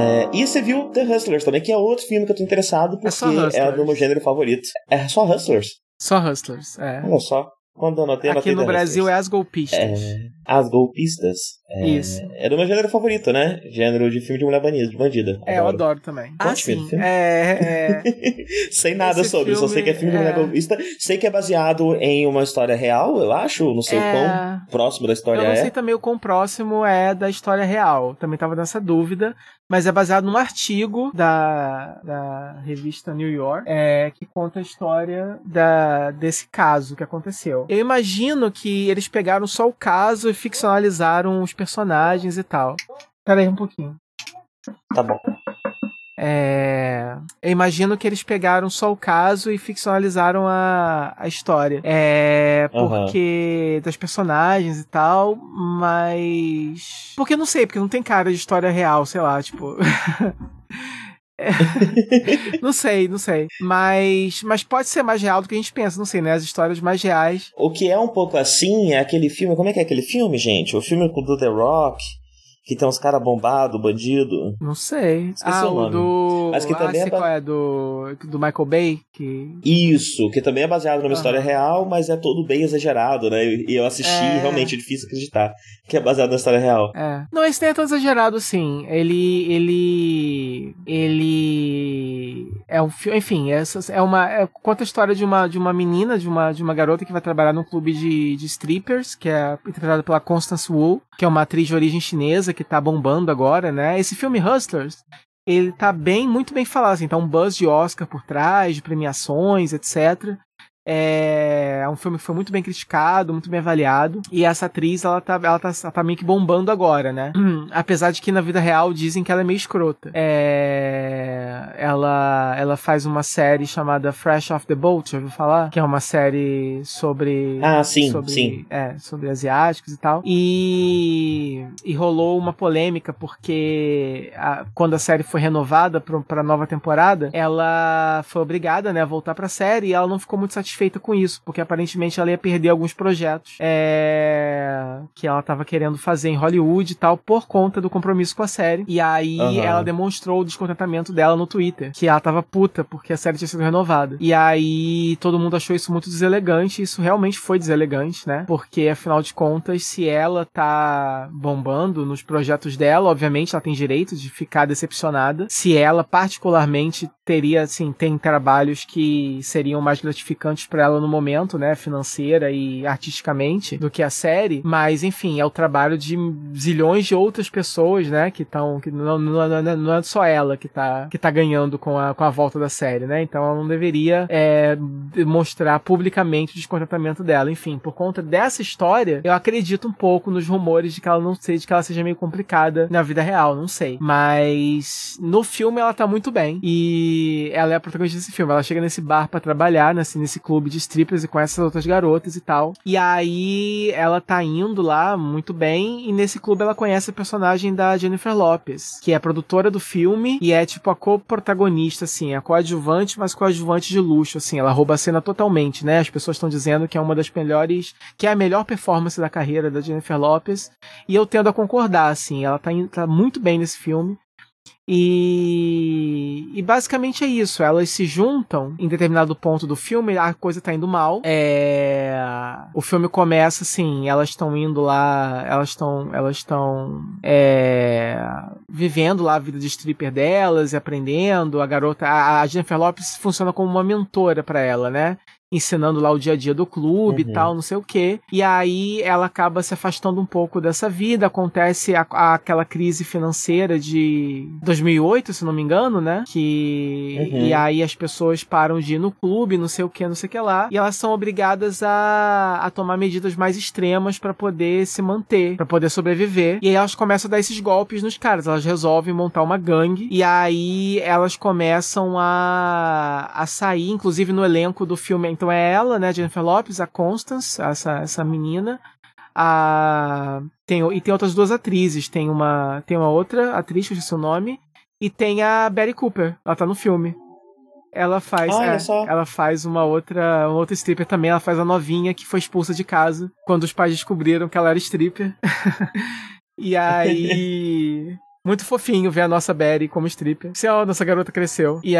É, e você viu The Hustlers também, que é outro filme que eu tô interessado, porque é, é do meu gênero favorito. É só Hustlers? Só Hustlers, é. Olha só. Quando eu anotei, Aqui anotei no The Brasil Hustlers. é As Golpistas. É, As Golpistas. É, Isso. É do meu gênero favorito, né? Gênero de filme de mulher banida, de bandida. É, eu adoro também. Ah, Conte-me do sim. filme. É, é... Sei nada Esse sobre, filme, só sei que é filme de é... mulher golpista. Sei que é baseado em uma história real, eu acho. Não sei o É... quão próximo da história Eu não é. sei também o quão próximo é da história real. Também tava nessa dúvida. Mas é baseado num artigo da, da revista New York, é, que conta a história da, desse caso que aconteceu. Eu imagino que eles pegaram só o caso e ficcionalizaram os personagens e tal. Pera aí um pouquinho. Tá bom. É, eu imagino que eles pegaram só o caso e ficcionalizaram a, a história. É, porque uhum. das personagens e tal, mas... Porque eu não sei, porque não tem cara de história real, sei lá, tipo... É. Não sei, não sei. Mas, mas pode ser mais real do que a gente pensa, não sei, né? As histórias mais reais. O que é um pouco assim é aquele filme... Como é que é aquele filme, gente? O filme do The Rock... Que tem uns caras bombados, bandido. Não sei. Esqueci ah, o nome. do... Mas que ah, também sei é ba... qual é, do... do Michael Bay. Que... Isso, que também é baseado numa uhum. história real, mas é todo bem exagerado, né? E eu assisti, é... realmente é difícil acreditar que é baseado na história real. É. Não, esse nem é tão exagerado assim. Ele... Ele... Ele... É um filme... Enfim, é, é uma... É, conta a história de uma, de uma menina, de uma, de uma garota que vai trabalhar num clube de, de strippers, que é interpretada pela Constance Wu, que é uma atriz de origem chinesa que tá bombando agora, né? Esse filme Hustlers, ele tá bem, muito bem falado, assim, tá um buzz de Oscar por trás, de premiações, etcétera. É um filme que foi muito bem criticado, muito bem avaliado. E essa atriz, ela tá, ela tá, ela tá meio que bombando agora, né? Hum, apesar de que na vida real dizem que ela é meio escrota. É... Ela, ela faz uma série chamada Fresh Off the Boat, já ouviu falar? Que é uma série sobre... Ah, sim, sobre, sim. É, sobre asiáticos e tal. E, e rolou uma polêmica porque a, quando a série foi renovada pra, pra nova temporada, ela foi obrigada, né, a voltar pra série e ela não ficou muito satisfeita com isso, porque aparentemente ela ia perder alguns projetos é, que ela tava querendo fazer em Hollywood e tal, por conta do compromisso com a série. E aí uhum. ela demonstrou o descontentamento dela no Twitter, que ela tava puta porque a série tinha sido renovada. E aí todo mundo achou isso muito deselegante, e isso realmente foi deselegante, né? Porque afinal de contas, se ela tá bombando nos projetos dela, obviamente ela tem direito de ficar decepcionada. Se ela particularmente teria, assim, tem trabalhos que seriam mais gratificantes pra ela no momento, né, financeira e artisticamente, do que a série, mas enfim, é o trabalho de zilhões de outras pessoas, né, que estão, que não, não, não, não é só ela que tá, que tá ganhando com a, com a volta da série, né, então ela não deveria é, demonstrar publicamente o descontentamento dela, enfim, por conta dessa história, eu acredito um pouco nos rumores de que ela não seja, de que ela seja meio complicada na vida real, não sei, mas no filme ela tá muito bem, e ela é a protagonista desse filme, ela chega nesse bar pra trabalhar, nesse, nesse clube de strippers e com essas outras garotas e tal. E aí ela tá indo lá muito bem e nesse clube ela conhece a personagem da Jennifer Lopez, que é a produtora do filme e é tipo a co-protagonista, assim, a coadjuvante, mas coadjuvante de luxo, assim, ela rouba a cena totalmente, né? As pessoas estão dizendo que é uma das melhores, que é a melhor performance da carreira da Jennifer Lopez e eu tendo a concordar, assim, ela tá, tá muito bem nesse filme. E, e basicamente é isso, elas se juntam em determinado ponto do filme, a coisa tá indo mal, é, o filme começa assim, elas estão indo lá, elas estão elas estão é, vivendo lá a vida de stripper delas, e aprendendo, a garota, a, a Jennifer Lopez funciona como uma mentora pra ela, né? Ensinando lá o dia a dia do clube uhum. e tal, não sei o quê. E aí ela acaba se afastando um pouco dessa vida, acontece a, a, aquela crise financeira de dois mil e oito, se não me engano, né? Que... Uhum. E aí as pessoas param de ir no clube, não sei o que, não sei o que lá, e elas são obrigadas a, a tomar medidas mais extremas pra poder se manter, pra poder sobreviver. E aí elas começam a dar esses golpes nos caras, elas resolvem montar uma gangue, e aí elas começam a, a sair, inclusive no elenco do filme. Então é ela, né, Jennifer Lopez, a Constance, essa, essa menina, a... Tem, e tem outras duas atrizes, tem uma, tem uma outra atriz, que eu esqueci o nome, e tem a Betty Cooper, ela tá no filme. Ela faz, Olha é, só. Ela faz uma outra, uma outra stripper também, ela faz a novinha que foi expulsa de casa, quando os pais descobriram que ela era stripper. E aí... Muito fofinho ver a nossa Betty como stripper. Se a nossa garota cresceu. E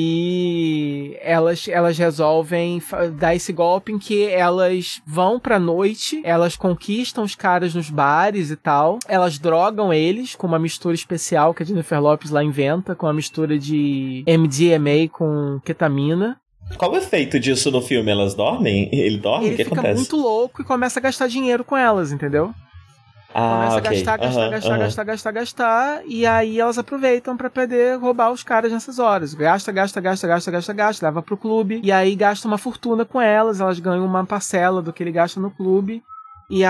aí elas, elas resolvem dar esse golpe em que elas vão pra noite, elas conquistam os caras nos bares e tal, elas drogam eles com uma mistura especial que a Jennifer Lopez lá inventa, com uma mistura de M D M A com ketamina. Qual o efeito disso no filme? Elas dormem? Ele dorme? Ele o que fica acontece? muito louco e começa a gastar dinheiro com elas, entendeu? Ah, Começa okay. a gastar, gastar, uhum, gastar, uhum. gastar, gastar, gastar, e aí elas aproveitam pra poder roubar os caras nessas horas. Gasta, gasta, gasta, gasta, gasta, gasta, leva pro clube, e aí gasta uma fortuna com elas, elas ganham uma parcela do que ele gasta no clube, e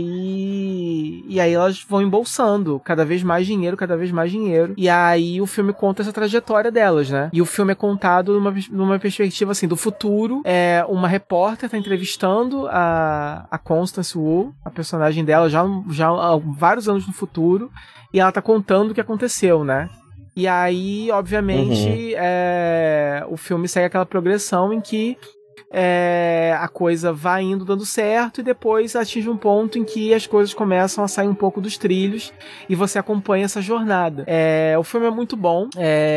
aí e aí elas vão embolsando cada vez mais dinheiro, cada vez mais dinheiro, e aí o filme conta essa trajetória delas, né? E o filme é contado numa, numa perspectiva, assim, do futuro. É, uma repórter tá entrevistando a, a Constance Wu, a personagem dela, já, já há vários anos no futuro, e ela tá contando o que aconteceu, né? E aí, obviamente, uhum. é, o filme segue aquela progressão em que É, a coisa vai indo dando certo e depois atinge um ponto em que as coisas começam a sair um pouco dos trilhos e você acompanha essa jornada. É, o filme é muito bom,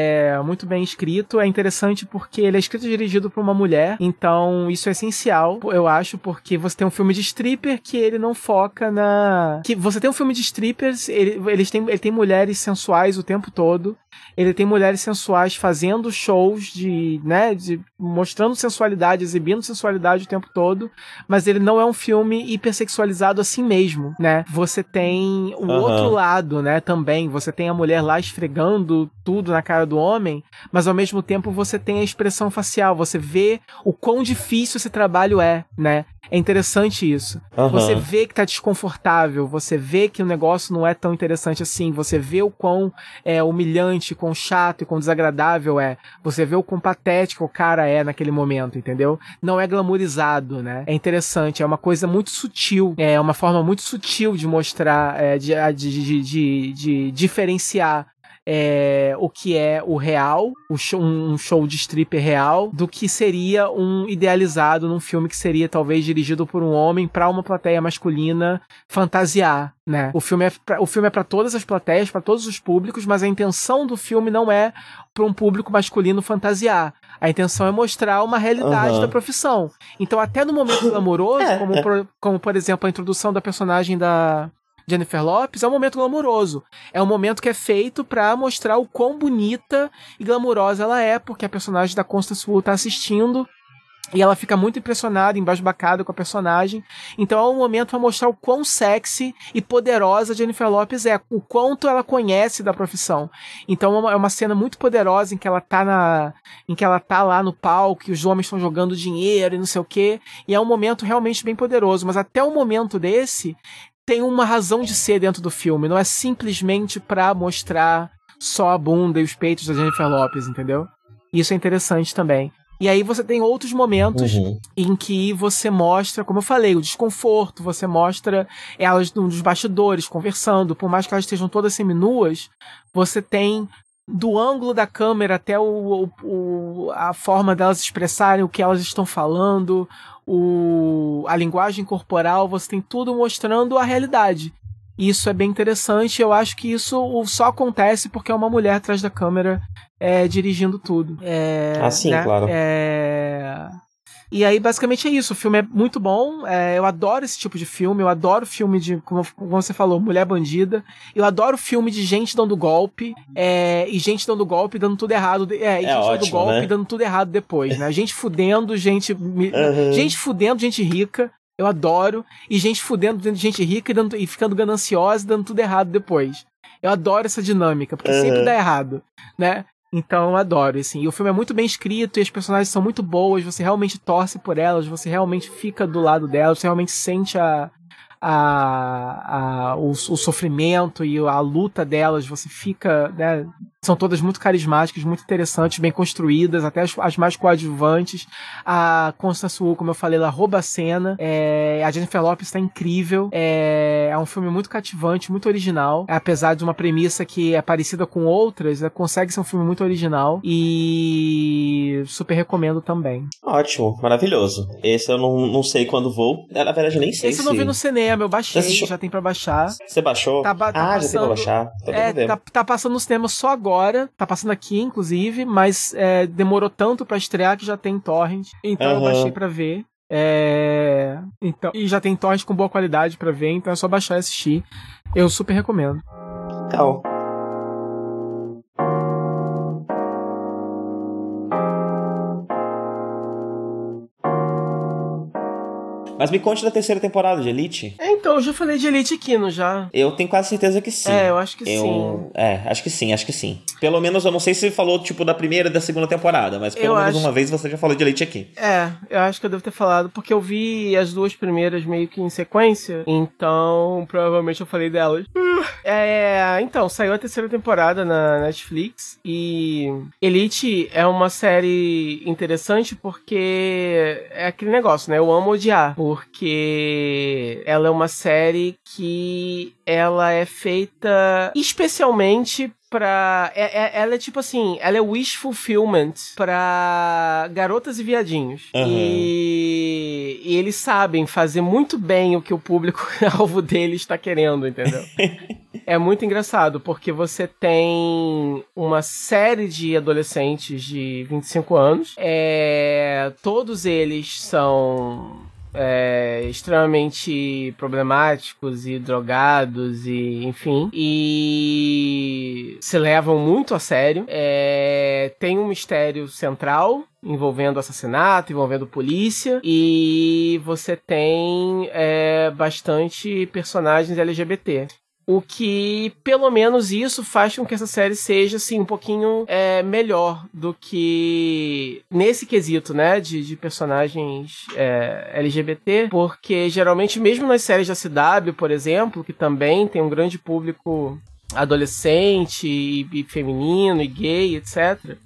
é muito bem escrito, é interessante porque ele é escrito e dirigido por uma mulher, então isso é essencial, eu acho, porque você tem um filme de stripper que ele não foca na... que você tem um filme de strippers, ele, eles têm, ele tem mulheres sensuais o tempo todo, ele tem mulheres sensuais fazendo shows de, né, de mostrando sensualidade, exibindo sensualidade o tempo todo, mas ele não é um filme hipersexualizado assim mesmo, né? Você tem o uhum. outro lado, né, também. Você tem a mulher lá esfregando tudo na cara do homem, mas ao mesmo tempo você tem a expressão facial, você vê o quão difícil esse trabalho é, né? É interessante isso. Uhum. Você vê que tá desconfortável, você vê que o negócio não é tão interessante assim, você vê o quão é, humilhante, quão chato e quão desagradável é. Você vê o quão patético o cara é naquele momento, entendeu? Não é glamourizado, né? É interessante, é uma coisa muito sutil, é uma forma muito sutil de mostrar, é, de, de, de, de, de diferenciar É, o que é o real, o show, um show de stripper real, do que seria um idealizado num filme que seria talvez dirigido por um homem para uma plateia masculina fantasiar, né? O filme é pra, o filme é para todas as plateias, para todos os públicos, mas a intenção do filme não é para um público masculino fantasiar. A intenção é mostrar uma realidade uhum. da profissão. Então, até no momento glamouroso, é, como, é. Por, como por exemplo a introdução da personagem da Jennifer Lopez, é um momento glamouroso. É um momento que é feito pra mostrar o quão bonita e glamourosa ela é, porque a personagem da Constance Wu tá assistindo e ela fica muito impressionada, embasbacada com a personagem. Então é um momento pra mostrar o quão sexy e poderosa a Jennifer Lopez é, o quanto ela conhece da profissão. Então é uma, é uma cena muito poderosa em que ela tá na, em que ela tá lá no palco e os homens estão jogando dinheiro e não sei o quê. E é um momento realmente bem poderoso. Mas até o momento desse tem uma razão de ser dentro do filme, não é simplesmente pra mostrar só a bunda e os peitos da Jennifer Lopez, entendeu? Isso é interessante também. E aí você tem outros momentos uhum. em que você mostra, como eu falei, o desconforto, você mostra elas nos bastidores conversando, por mais que elas estejam todas seminuas, você tem do ângulo da câmera até o, o, a forma delas expressarem o que elas estão falando, o, a linguagem corporal, você tem tudo mostrando a realidade. Isso é bem interessante, eu acho que isso só acontece porque é uma mulher atrás da câmera é, dirigindo tudo. É, ah, sim, né? claro. É... E aí, basicamente, é isso. O filme é muito bom. É, eu adoro esse tipo de filme. Eu adoro filme de, como, como você falou, mulher bandida. Eu adoro filme de gente dando golpe. É, e gente dando golpe dando tudo errado. É, e é gente ótimo, dando golpe né? e dando tudo errado depois, né? Gente fudendo, gente... Uhum. Gente fudendo, gente rica. Eu adoro. E gente fudendo, gente rica e, dando, e ficando gananciosa e dando tudo errado depois. Eu adoro essa dinâmica, porque uhum. sempre dá errado, né? Então eu adoro, assim. E o filme é muito bem escrito e as personagens são muito boas, você realmente torce por elas, você realmente fica do lado delas, você realmente sente a, a, a, o, o sofrimento e a luta delas, você fica, né, são todas muito carismáticas, muito interessantes, bem construídas, até as, as mais coadjuvantes. A Constance Wu, como eu falei, ela rouba a cena. É, a Jennifer Lopez tá incrível. É, é um filme muito cativante, muito original. Apesar de uma premissa que é parecida com outras, ela consegue ser um filme muito original. E super recomendo também. Ótimo, maravilhoso. Esse eu não, não sei quando vou. Na verdade, eu nem sei Esse se... eu não vi no cinema, eu baixei, assistiu... já tem pra baixar. Você baixou? Tá, tá ah, passando... já tem pra baixar. Tô é, tá, tá passando no cinema só agora. Tá passando aqui, inclusive, mas é, demorou tanto pra estrear que já tem torrent. Então uhum. eu baixei pra ver. É... Então, e já tem torrent com boa qualidade pra ver, então é só baixar e assistir. Eu super recomendo. Legal. Mas me conte da terceira temporada de Elite. É, então, eu já falei de Elite aqui, não já? Eu tenho quase certeza que sim. É, eu acho que eu... sim. É, acho que sim, acho que sim. Pelo menos, eu não sei se falou, tipo, da primeira e da segunda temporada, mas pelo eu menos acho... uma vez você já falou de Elite aqui. É, eu acho que eu devo ter falado, porque eu vi as duas primeiras meio que em sequência, então provavelmente eu falei delas. É, então, saiu a terceira temporada na Netflix e Elite é uma série interessante porque é aquele negócio, né? Eu amo odiar, porque ela é uma série que ela é feita especialmente pra... É, é, ela é tipo assim, ela é wish fulfillment pra garotas e viadinhos. Uhum. E, e eles sabem fazer muito bem o que o público-alvo deles está querendo, entendeu? É muito engraçado, porque você tem uma série de adolescentes de vinte e cinco anos. É, todos eles são... É, extremamente problemáticos e drogados e enfim, e se levam muito a sério. É, tem um mistério central envolvendo assassinato, envolvendo polícia, e você tem é, bastante personagens L G B T. O que, pelo menos isso, faz com que essa série seja, assim, um pouquinho é, melhor do que nesse quesito, né, de, de personagens é, L G B T, porque geralmente, mesmo nas séries da C W, por exemplo, que também tem um grande público adolescente e, e feminino e gay, etcétera,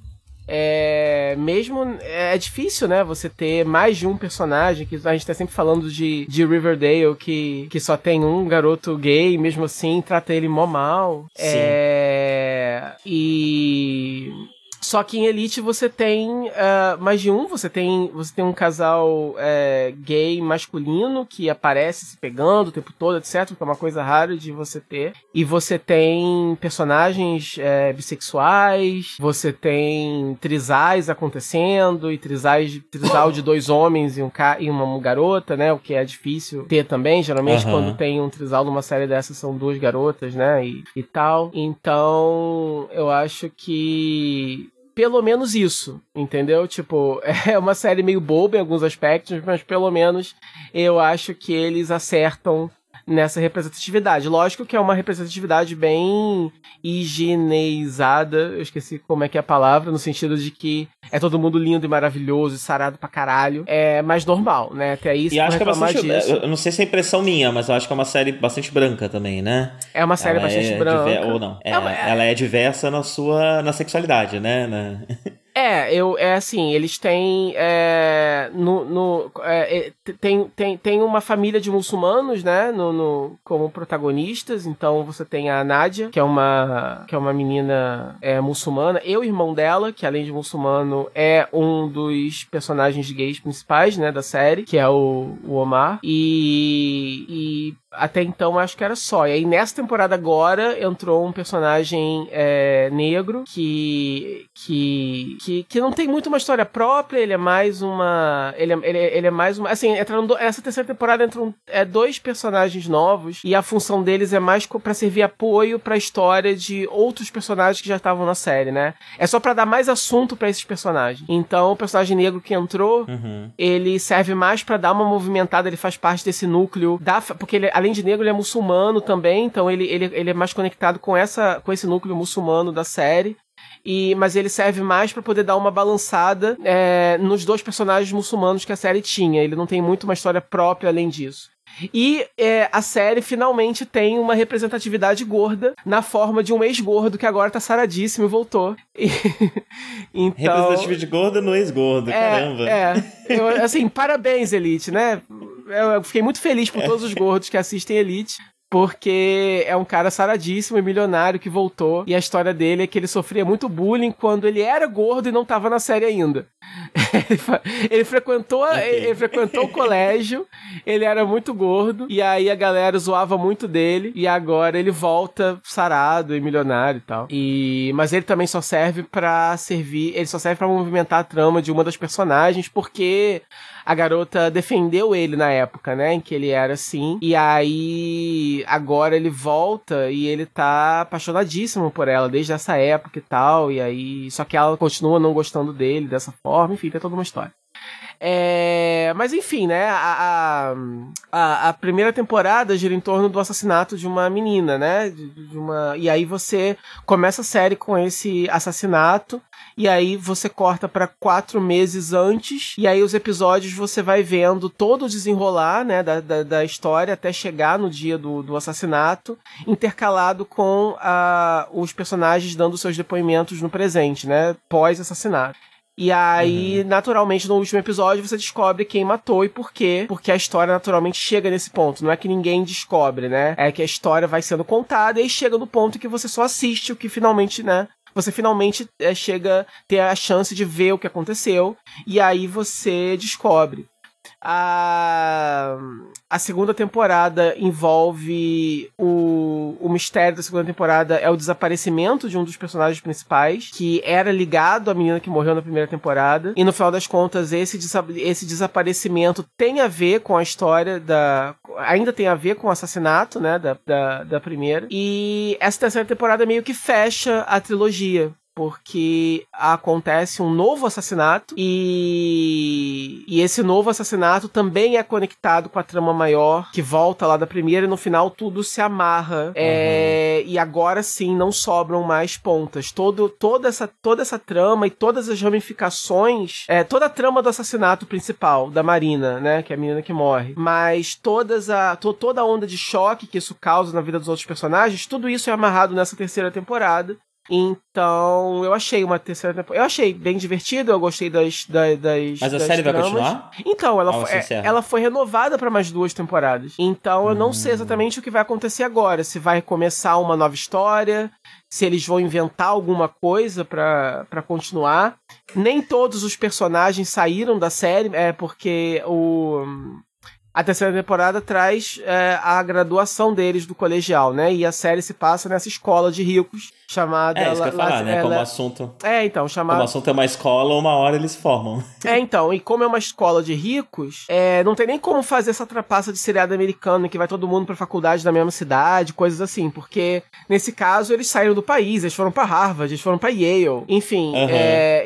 É, mesmo é difícil, né, você ter mais de um personagem, que a gente tá sempre falando de, de Riverdale, que, que só tem um garoto gay, mesmo assim trata ele mó mal. Sim. É, e só que em Elite você tem uh, mais de um, você tem, você tem um casal uh, gay masculino que aparece se pegando o tempo todo, etcétera, que é uma coisa rara de você ter. E você tem personagens uh, bissexuais, você tem trisais acontecendo, e trisais, trisal de dois homens e, um ca- e uma garota, né, o que é difícil ter também. Geralmente uhum. quando tem um trisal numa série dessas são duas garotas, né, e, e tal. Então, eu acho que pelo menos isso, entendeu? Tipo, é uma série meio boba em alguns aspectos, mas pelo menos eu acho que eles acertam nessa representatividade. Lógico que é uma representatividade bem higienizada, eu esqueci como é que é a palavra, no sentido de que é todo mundo lindo e maravilhoso e sarado pra caralho, é mais normal, né? Até aí, se e acho que é bastante, disso. Eu não sei se é impressão minha, mas eu acho que é uma série bastante branca também, né? É uma série ela bastante é branca. Diver... Ou não, é, é, ela é diversa na sua na sexualidade, né? Na... É, eu, é assim, eles têm, é, no, no, é, tem, tem, tem uma família de muçulmanos, né, no, no, como protagonistas. Então você tem a Nádia, que é uma, que é uma menina é, muçulmana, e o irmão dela, que além de muçulmano é um dos personagens gays principais, né, da série, que é o, o Omar, e, e até então acho que era só. E aí nessa temporada agora entrou um personagem é, negro que, que, que, que não tem muito uma história própria, ele é mais uma... Ele é, ele é, ele é mais uma... Assim, entrando, essa terceira temporada entram é, dois personagens novos e a função deles é mais pra servir apoio pra história de outros personagens que já estavam na série, né? É só pra dar mais assunto pra esses personagens. Então o personagem negro que entrou, uhum. ele serve mais pra dar uma movimentada, ele faz parte desse núcleo, da, porque ele, além de negro, ele é muçulmano também, então ele, ele, ele é mais conectado com, essa, com esse núcleo muçulmano da série. E, mas ele serve mais pra poder dar uma balançada é, nos dois personagens muçulmanos que a série tinha. Ele não tem muito uma história própria além disso. E é, a série finalmente tem uma representatividade gorda na forma de um ex-gordo que agora tá saradíssimo e voltou. E, então, representatividade gorda no ex-gordo, é, caramba. É, eu, assim, parabéns, Elite, né? Eu, eu fiquei muito feliz por todos os gordos que assistem Elite. Porque é um cara saradíssimo e milionário que voltou. E a história dele é que ele sofria muito bullying quando ele era gordo e não tava na série ainda. ele, frequentou, okay. ele, ele frequentou o colégio, ele era muito gordo. E aí a galera zoava muito dele. E agora ele volta sarado e milionário e tal. E, mas ele também só serve pra servir... Ele só serve pra movimentar a trama de uma das personagens. Porque... a garota defendeu ele na época, né, em que ele era assim, e aí agora ele volta e ele tá apaixonadíssimo por ela desde essa época e tal, e aí, só que ela continua não gostando dele dessa forma, enfim, tem toda uma história. É, mas enfim, né, a, a, a primeira temporada gira em torno do assassinato de uma menina, né, de, de uma, e aí você começa a série com esse assassinato, e aí você corta para quatro meses antes, e aí os episódios você vai vendo todo o desenrolar, né, da, da, da história até chegar no dia do, do assassinato, intercalado com a, os personagens dando seus depoimentos no presente, né, pós-assassinato. E aí, uhum. naturalmente, no último episódio, você descobre quem matou e por quê. Porque a história, naturalmente, chega nesse ponto. Não é que ninguém descobre, né? É que a história vai sendo contada e chega no ponto que você só assiste o que finalmente, né? Você finalmente é, chega a ter a chance de ver o que aconteceu. E aí você descobre. A, a segunda temporada envolve o, o mistério da segunda temporada é o desaparecimento de um dos personagens principais, que era ligado à menina que morreu na primeira temporada, e no final das contas esse, esse desaparecimento tem a ver com a história da... ainda tem a ver com o assassinato, né, da, da, da primeira, e essa terceira temporada meio que fecha a trilogia, porque acontece um novo assassinato e... e esse novo assassinato também é conectado com a trama maior que volta lá da primeira e no final tudo se amarra. Uhum. É... e agora sim não sobram mais pontas. Todo, toda, essa, toda essa trama e todas as ramificações, é, toda a trama do assassinato principal da Marina, né, que é a menina que morre, mas todas a, to, toda a onda de choque que isso causa na vida dos outros personagens, tudo isso é amarrado nessa terceira temporada. Então, eu achei uma terceira temporada. Eu achei bem divertido, eu gostei das. das, das Mas a das série tramas. vai continuar? Então, ela, foi, é, ela foi renovada para mais duas temporadas. Então, eu hum. não sei exatamente o que vai acontecer agora. Se vai começar uma nova história, se eles vão inventar alguma coisa pra, pra continuar. Nem todos os personagens saíram da série, é porque o. A terceira temporada traz é, a graduação deles do colegial, né? E a série se passa nessa escola de ricos chamada... É, isso que eu ia falar, La, né? ela, como assunto... É, então, chamada... Como assunto é uma escola, uma hora eles formam. É, então, e como é uma escola de ricos, é, não tem nem como fazer essa trapaça de seriado americano que vai todo mundo pra faculdade da mesma cidade, coisas assim, porque nesse caso eles saíram do país, eles foram pra Harvard, eles foram pra Yale, enfim, uhum. é,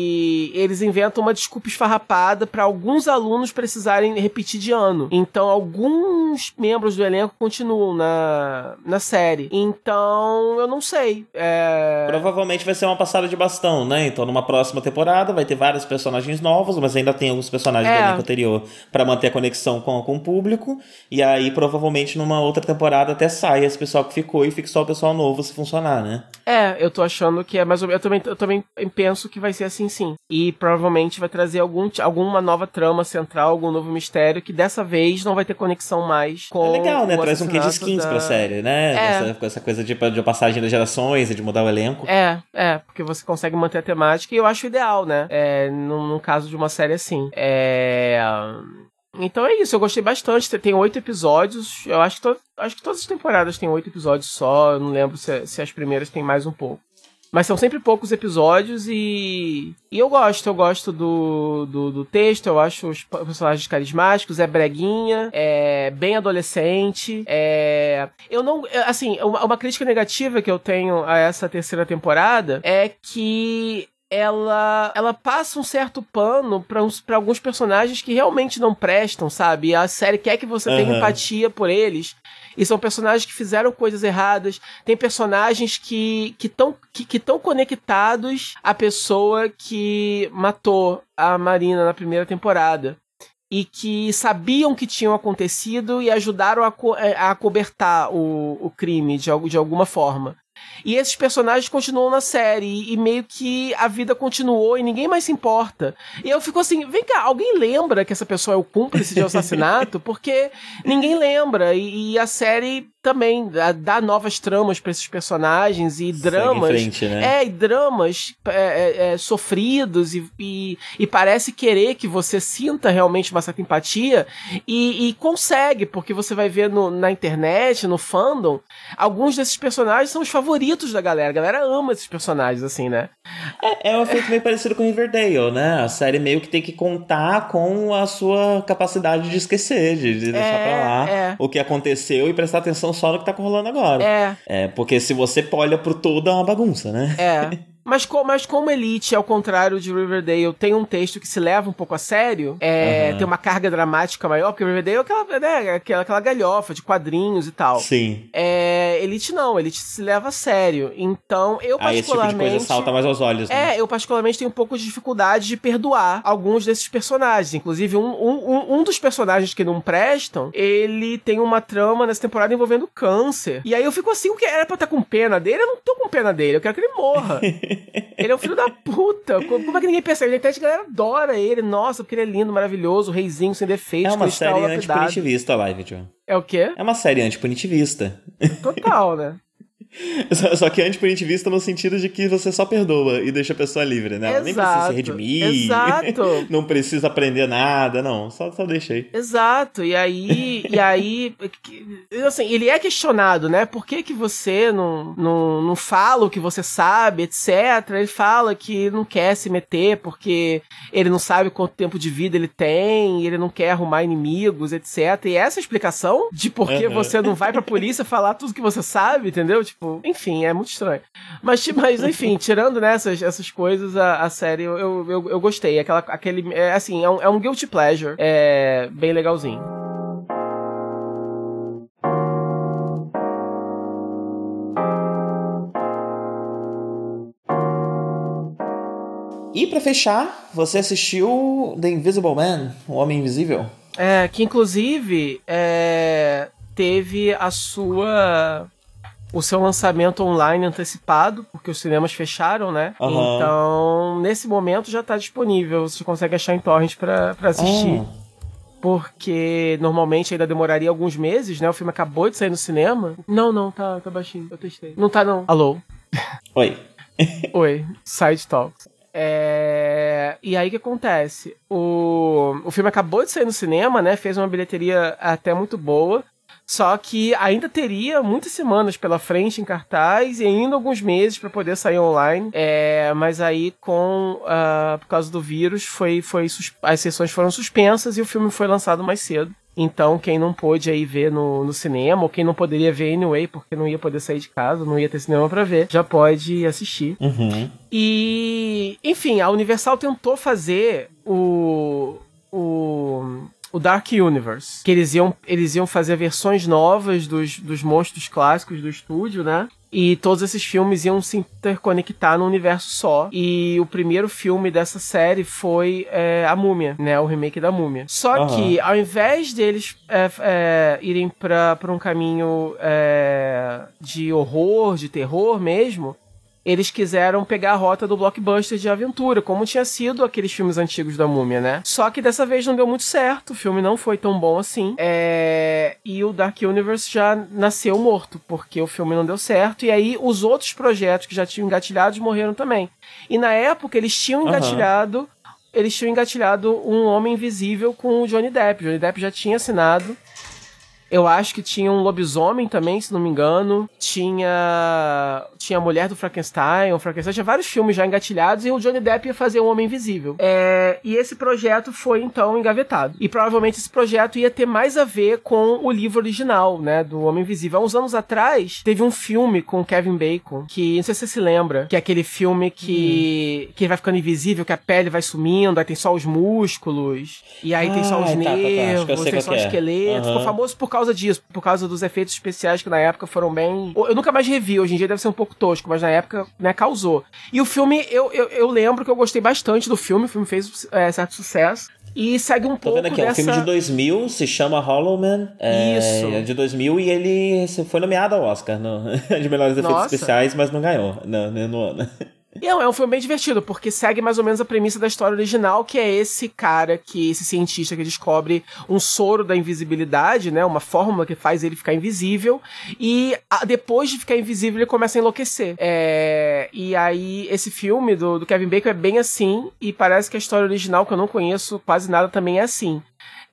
e eles inventam uma desculpa esfarrapada pra alguns alunos precisarem repetir de ano. Então, alguns membros do elenco continuam na, na série. Então, eu não sei. É... Provavelmente vai ser uma passada de bastão, né? Então, numa próxima temporada vai ter vários personagens novos, mas ainda tem alguns personagens é. do elenco anterior pra manter a conexão com, com o público. E aí, provavelmente, numa outra temporada até sai esse pessoal que ficou e fica só o pessoal novo se funcionar, né? É, eu tô achando que é mais ou menos... Eu também, eu também penso que vai ser assim, sim. E provavelmente vai trazer algum, alguma nova trama central, algum novo mistério, que dessa vez não vai ter conexão mais com... É legal, né? Traz um quê de skins da... pra série, né? É. Essa, essa coisa de, de passagem das gerações e de mudar o elenco. É, é, porque você consegue manter a temática e eu acho ideal, né? É, num, num caso de uma série assim. É... Então é isso, eu gostei bastante. Tem oito episódios. Eu acho que, to... acho que todas as temporadas têm oito episódios só. Eu não lembro se, se as primeiras têm mais um pouco. Mas são sempre poucos episódios e... E eu gosto, eu gosto do, do, do texto, eu acho os personagens carismáticos, é breguinha, é bem adolescente, é... Eu não... Assim, uma, uma crítica negativa que eu tenho a essa terceira temporada é que... Ela, ela passa um certo pano pra, uns, pra alguns personagens que realmente não prestam, sabe? E a série quer que você uhum. tenha empatia por eles. E são personagens que fizeram coisas erradas. Tem personagens que estão que, que que conectados à pessoa que matou a Marina na primeira temporada. e que sabiam que tinham acontecido e ajudaram a, co- a acobertar o, o crime de, algo- de alguma forma. E esses personagens continuam na série, e meio que a vida continuou e ninguém mais se importa. E eu fico assim, vem cá, alguém lembra que essa pessoa é o cúmplice de assassinato? Porque ninguém lembra, e, e a série também dá, dá novas tramas pra esses personagens e dramas. Segue em frente, né? É, e dramas é, é, é, sofridos, e, e, e parece querer que você sinta realmente uma certa empatia, e, e consegue, porque você vai ver no, na internet, no fandom, alguns desses personagens são os favoritos da galera. A galera ama esses personagens, assim, né? É, é um efeito meio parecido com Riverdale, né? A série meio que tem que contar com a sua capacidade de esquecer, de, de deixar É, pra lá é. o que aconteceu e prestar atenção só no que tá rolando agora. É. É, porque se você olha pro todo é uma bagunça, né? É. Mas, co- mas como Elite, ao contrário de Riverdale, tem um texto que se leva um pouco a sério, é, Aham. tem uma carga dramática maior, porque Riverdale é aquela, né, aquela, aquela galhofa de quadrinhos e tal. Sim. É, Elite não, Elite se leva a sério. Então, eu Aí esse tipo de particularmente... coisa salta mais aos olhos, né? É, eu particularmente tenho um pouco de dificuldade de perdoar alguns desses personagens. Inclusive, um, um, um- um dos personagens que não prestam, ele tem uma trama nessa temporada envolvendo câncer. E aí eu fico assim, o que era pra eu estar com pena dele? Eu não tô com pena dele, eu quero que ele morra. Ele é um filho da puta. Como como é que ninguém percebe? Na internet a galera adora ele. Nossa, porque ele é lindo, maravilhoso, reizinho, sem defeitos, É uma cristal série lapidado. antipunitivista, Live, Joe. É o quê? É uma série antipunitivista. Total, né? Só, só que antipunitivista no sentido de que você só perdoa e deixa a pessoa livre, né? Ela nem precisa se Exato, redimir. exato. Não precisa aprender nada, não. Só, só deixa aí. Exato, e aí, e aí, que- assim, ele é questionado, né? Por que que você não, não, não fala o que você sabe, etcétera. Ele fala que não quer se meter porque ele não sabe quanto tempo de vida ele tem, ele não quer arrumar inimigos, etcétera. E essa é a explicação de por que Uhum. você não vai pra polícia falar tudo que você sabe, entendeu? Tipo, enfim, é muito estranho. Mas, ti- mas enfim, tirando né, essas, essas coisas, a, a série eu, eu, eu, eu gostei. Aquela, aquele, é, assim, é um, é um guilty pleasure. É bem legalzinho. E pra fechar, você assistiu The Invisible Man, O Homem Invisível? É, que inclusive é, teve a sua o seu lançamento online antecipado, porque os cinemas fecharam, né? Aham. Então, nesse momento já tá disponível, você consegue achar em torrent pra, pra assistir. Ah. Porque normalmente ainda demoraria alguns meses, né? O filme acabou de sair no cinema. Não, não, tá, tá baixinho, eu testei. Não tá, não. Alô? Oi. Oi, Side Talks. É... E aí o que acontece? O... o filme acabou de sair no cinema, né? Fez uma bilheteria até muito boa. Só que ainda teria muitas semanas pela frente em cartaz e ainda alguns meses para poder sair online. É, mas aí, com uh, por causa do vírus, foi, foi sus... as sessões foram suspensas e o filme foi lançado mais cedo. Então, quem não pôde aí ver no, no cinema, ou quem não poderia ver anyway, porque não ia poder sair de casa, não ia ter cinema pra ver, já pode assistir. Uhum. E, enfim, a Universal tentou fazer o... o o Dark Universe, que eles iam, eles iam fazer versões novas dos, dos monstros clássicos do estúdio, né? E todos esses filmes iam se interconectar num universo só. E o primeiro filme dessa série foi é, A Múmia, né? O remake da Múmia. Só Uhum. que, ao invés deles é, é, irem pra, pra um caminho é, de horror, de terror mesmo, eles quiseram pegar a rota do blockbuster de aventura, como tinha sido aqueles filmes antigos da Múmia, né? Só que dessa vez não deu muito certo, o filme não foi tão bom assim. É... E o Dark Universe já nasceu morto, porque o filme não deu certo, e aí os outros projetos que já tinham engatilhados morreram também. E na época eles tinham engatilhado, uhum. eles tinham engatilhado Um Homem Invisível com o Johnny Depp. O Johnny Depp já tinha assinado. Eu acho que tinha um lobisomem também, se não me engano. Tinha tinha a Mulher do Frankenstein, o Frankenstein. Tinha vários filmes já engatilhados e o Johnny Depp ia fazer Um Homem Invisível. É, e esse projeto foi, então, engavetado. E provavelmente esse projeto ia ter mais a ver com o livro original, né, do Homem Invisível. Há uns anos atrás, teve um filme com Kevin Bacon, que não sei se você se lembra, que é aquele filme que, hum. que ele vai ficando invisível, que a pele vai sumindo, aí tem só os músculos, e aí ah, tem só os tá, nervos, tá, tá. tem só o esqueleto. Uhum. Ficou famoso por causa disso, por causa dos efeitos especiais que na época foram bem... Eu nunca mais revi, hoje em dia deve ser um pouco tosco, mas na época, né, causou. E o filme, eu, eu, eu lembro que eu gostei bastante do filme, o filme fez é, certo sucesso. E segue um Tô pouco vendo aqui, é um dessa... filme de dois mil, se chama Hollow Man. É, Isso. É de dois mil e ele foi nomeado ao Oscar no, de melhores efeitos Nossa. especiais, mas não ganhou no, no ano. E é um filme bem divertido, porque segue mais ou menos a premissa da história original, que é esse cara, que esse cientista que descobre um soro da invisibilidade, né, uma fórmula que faz ele ficar invisível, e a, depois de ficar invisível ele começa a enlouquecer. É, e aí esse filme do, do Kevin Bacon é bem assim, e parece que a história original, que eu não conheço quase nada, também é assim.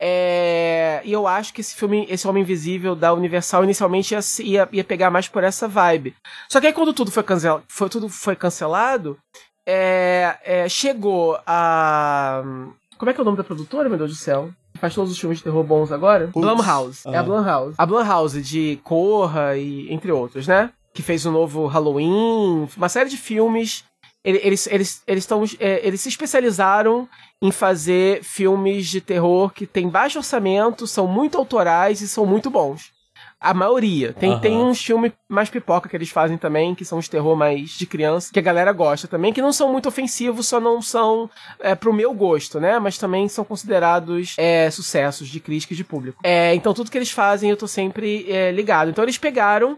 É, e eu acho que esse filme, esse Homem Invisível da Universal, inicialmente ia, ia, ia pegar mais por essa vibe. Só que aí quando tudo foi, cancel, foi, tudo foi cancelado, é, é, chegou a... Como é que é o nome da produtora, meu Deus do céu? Faz todos os filmes de terror bons agora? Puts. Blumhouse. Ah. É a Blumhouse. A Blumhouse de Corra e entre outros, né? Que fez o novo Halloween, uma série de filmes. Eles, eles, eles, tão, é, eles se especializaram em fazer filmes de terror que tem baixo orçamento, são muito autorais e são muito bons. A maioria. Tem, Uhum. tem uns filmes mais pipoca que eles fazem também, que são os terror mais de criança, que a galera gosta também, que não são muito ofensivos, só não são é, pro meu gosto, né? Mas também são considerados é, sucessos de crítica e de público. É, então tudo que eles fazem eu tô sempre é, ligado. Então eles pegaram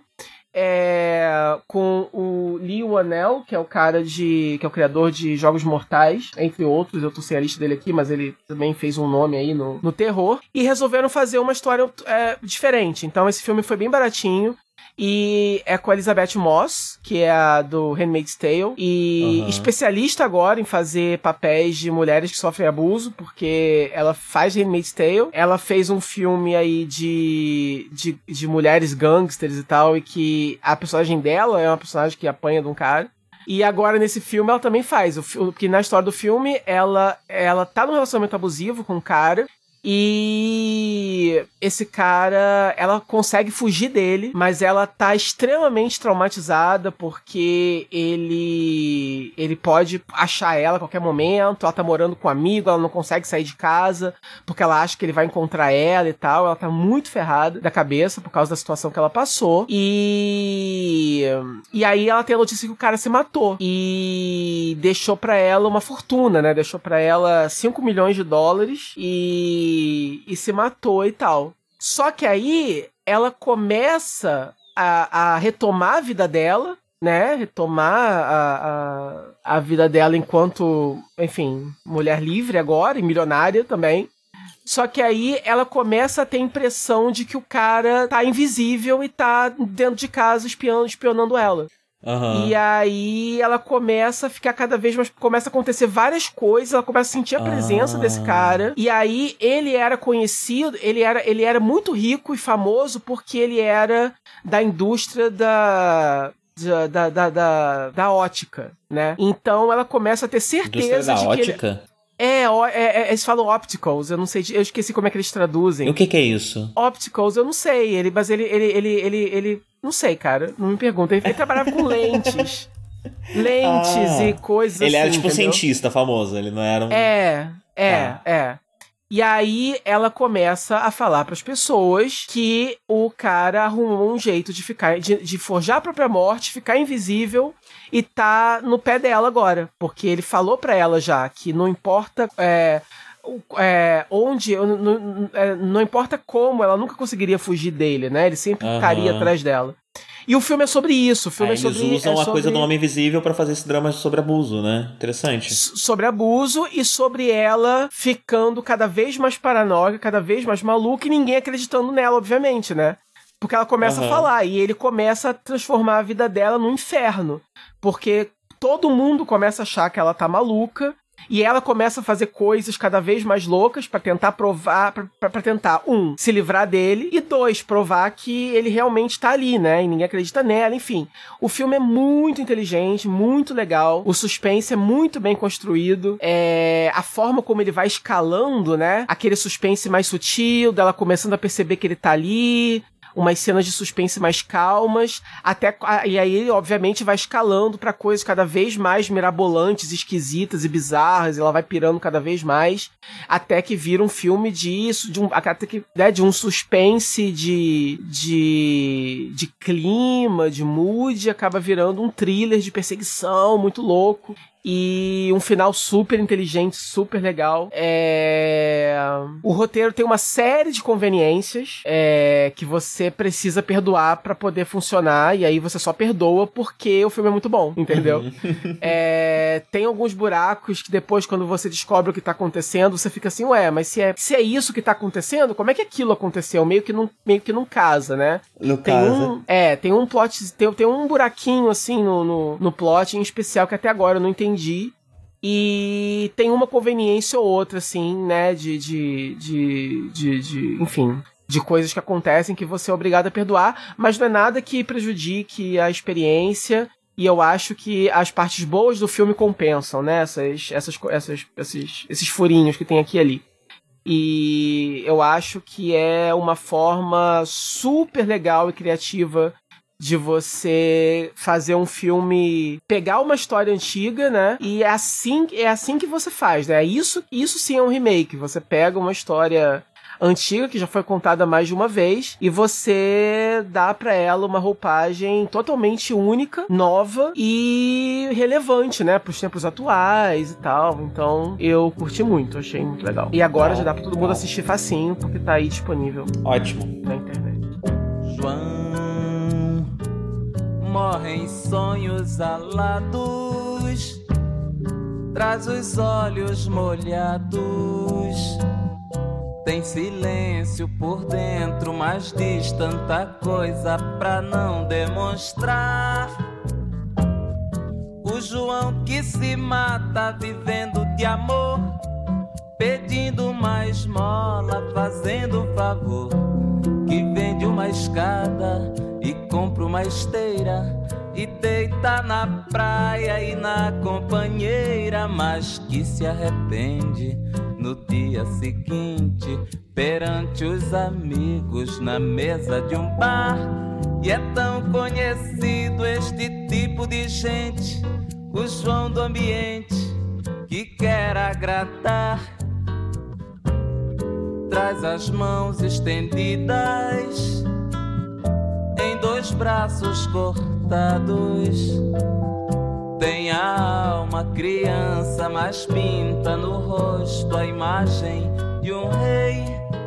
É, com o Lee Whannell, que é o cara de... que é o criador de Jogos Mortais, entre outros, eu tô sem a lista dele aqui, mas ele também fez um nome aí no, no terror, e resolveram fazer uma história é, diferente. Então esse filme foi bem baratinho, e é com a Elizabeth Moss, que é a do Handmaid's Tale, e Uhum. especialista agora em fazer papéis de mulheres que sofrem abuso, porque ela faz Handmaid's Tale, ela fez um filme aí de, de, de mulheres gangsters e tal, e que a personagem dela é uma personagem que apanha de um cara. E agora, nesse filme, ela também faz. O, porque na história do filme, ela, ela tá num relacionamento abusivo com um cara, e esse cara, ela consegue fugir dele, mas ela tá extremamente traumatizada porque ele ele pode achar ela a qualquer momento, ela tá morando com um amigo, ela não consegue sair de casa porque ela acha que ele vai encontrar ela e tal, ela tá muito ferrada da cabeça por causa da situação que ela passou, e e aí ela tem a notícia que o cara se matou e deixou pra ela uma fortuna, né, deixou pra ela cinco milhões de dólares e E, e se matou e tal. Só que aí ela começa a, a retomar a vida dela, né? Retomar a, a, a vida dela enquanto, enfim, mulher livre agora e milionária também. Só que aí ela começa a ter a impressão de que o cara tá invisível e tá dentro de casa espiando, espionando ela. Uhum. E aí ela começa a ficar cada vez mais... Começa a acontecer várias coisas, ela começa a sentir a presença Ah. desse cara. E aí ele era conhecido, ele era, ele era muito rico e famoso porque ele era da indústria da... Da, da, da, da, da ótica, né? Então ela começa a ter Indústria certeza da de que ele... ótica? É, ó, é, é, eles falam opticals, eu não sei, eu esqueci como é que eles traduzem. E o que que é isso? Opticals, eu não sei, ele, mas ele, ele, ele, ele, ele, não sei, cara, não me pergunta. Ele, ele trabalhava com lentes, lentes Ah, e coisas Ele assim, era tipo entendeu? cientista famoso, ele não era um... É, é, Tá. é. E aí ela começa a falar pras pessoas que o cara arrumou um jeito de ficar, de, de forjar a própria morte, ficar invisível e tá no pé dela agora. Porque ele falou pra ela já que não importa é, é, onde, não, não, é, não importa como, ela nunca conseguiria fugir dele, né? Ele sempre Aham. estaria atrás dela. E o filme é sobre isso. O filme Aí é sobre, eles usam é a sobre... coisa do Homem Invisível pra fazer esse drama sobre abuso, né? Interessante. sobre abuso e sobre ela ficando cada vez mais paranoica, cada vez mais maluca e ninguém acreditando nela, obviamente, né? Porque ela começa Uhum. a falar e ele começa a transformar a vida dela num inferno. Porque todo mundo começa a achar que ela tá maluca e ela começa a fazer coisas cada vez mais loucas pra tentar provar, pra, pra, pra tentar, um, se livrar dele e dois, provar que ele realmente tá ali, né? E ninguém acredita nela, enfim. O filme é muito inteligente, muito legal. O suspense é muito bem construído. É... A forma como ele vai escalando, né? Aquele suspense mais sutil, dela começando a perceber que ele tá ali... umas cenas de suspense mais calmas, até e aí ele obviamente vai escalando pra coisas cada vez mais mirabolantes, esquisitas e bizarras, e ela vai pirando cada vez mais, até que vira um filme disso, de um, até que, né, de um suspense de, de, de clima, de mood, acaba virando um thriller de perseguição muito louco. E um final super inteligente, super legal. É... O roteiro tem uma série de conveniências é... que você precisa perdoar pra poder funcionar. E aí você só perdoa porque o filme é muito bom, entendeu? é... Tem alguns buracos que depois, quando você descobre o que tá acontecendo, você fica assim, ué, mas se é, se é isso que tá acontecendo, como é que aquilo aconteceu? Meio que não, meio que não casa, né? No tem casa. um, é, tem um plot, tem, tem um buraquinho assim no, no, no plot em especial que até agora eu não entendi. E tem uma conveniência ou outra, assim, né, de, de, de, de, de, enfim, de coisas que acontecem que você é obrigado a perdoar, mas não é nada que prejudique a experiência, e eu acho que as partes boas do filme compensam, né, essas, essas, essas, esses, esses furinhos que tem aqui e ali. E eu acho que é uma forma super legal e criativa de você fazer um filme, pegar uma história antiga, né? E é assim, é assim que você faz, né? Isso, isso sim é um remake. Você pega uma história antiga que já foi contada mais de uma vez e você dá pra ela uma roupagem totalmente única, nova e relevante, né? Pros tempos atuais e tal. Então, eu curti muito, achei muito legal. E agora já dá pra todo mundo assistir facinho, porque tá aí disponível. Ótimo. Na internet. João morrem sonhos alados, traz os olhos molhados, tem silêncio por dentro, mas diz tanta coisa pra não demonstrar. O João que se mata vivendo de amor, pedindo uma esmola, fazendo um favor, que vende uma escada e compra uma esteira e deita na praia e na companheira, mas que se arrepende no dia seguinte perante os amigos na mesa de um bar. E é tão conhecido este tipo de gente, o João do ambiente que quer agradar. Traz as mãos estendidas em dois braços cortados, tem a alma criança, mas pinta no rosto a imagem de um rei.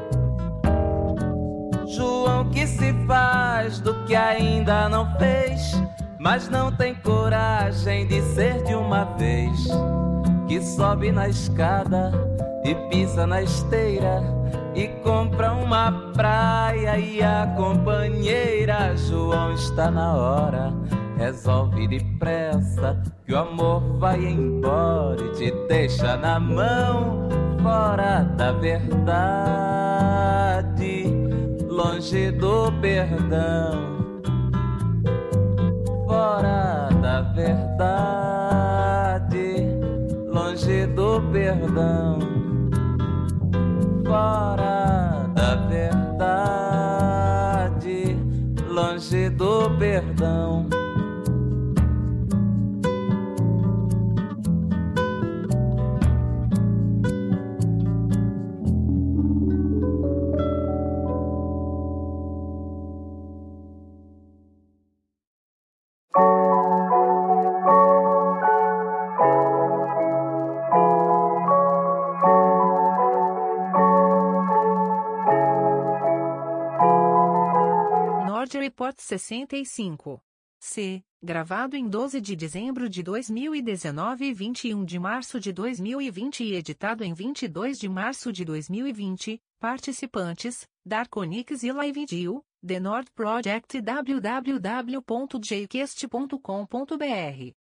João que se faz do que ainda não fez, mas não tem coragem de ser de uma vez, que sobe na escada e pisa na esteira e compra uma praia e a companheira. João está na hora, resolve depressa, que o amor vai embora e te deixa na mão, fora da verdade, longe do perdão. Fora da verdade, longe do perdão. Fora da verdade, longe do perdão. Report sessenta e cinco. C. Gravado em doze de dezembro de dois mil e dezenove e vinte e um de março de dois mil e vinte e editado em vinte e dois de março de dois mil e vinte. Participantes: Darkonix e Livedio, The Nord Project e w w w ponto j cast ponto com ponto b r.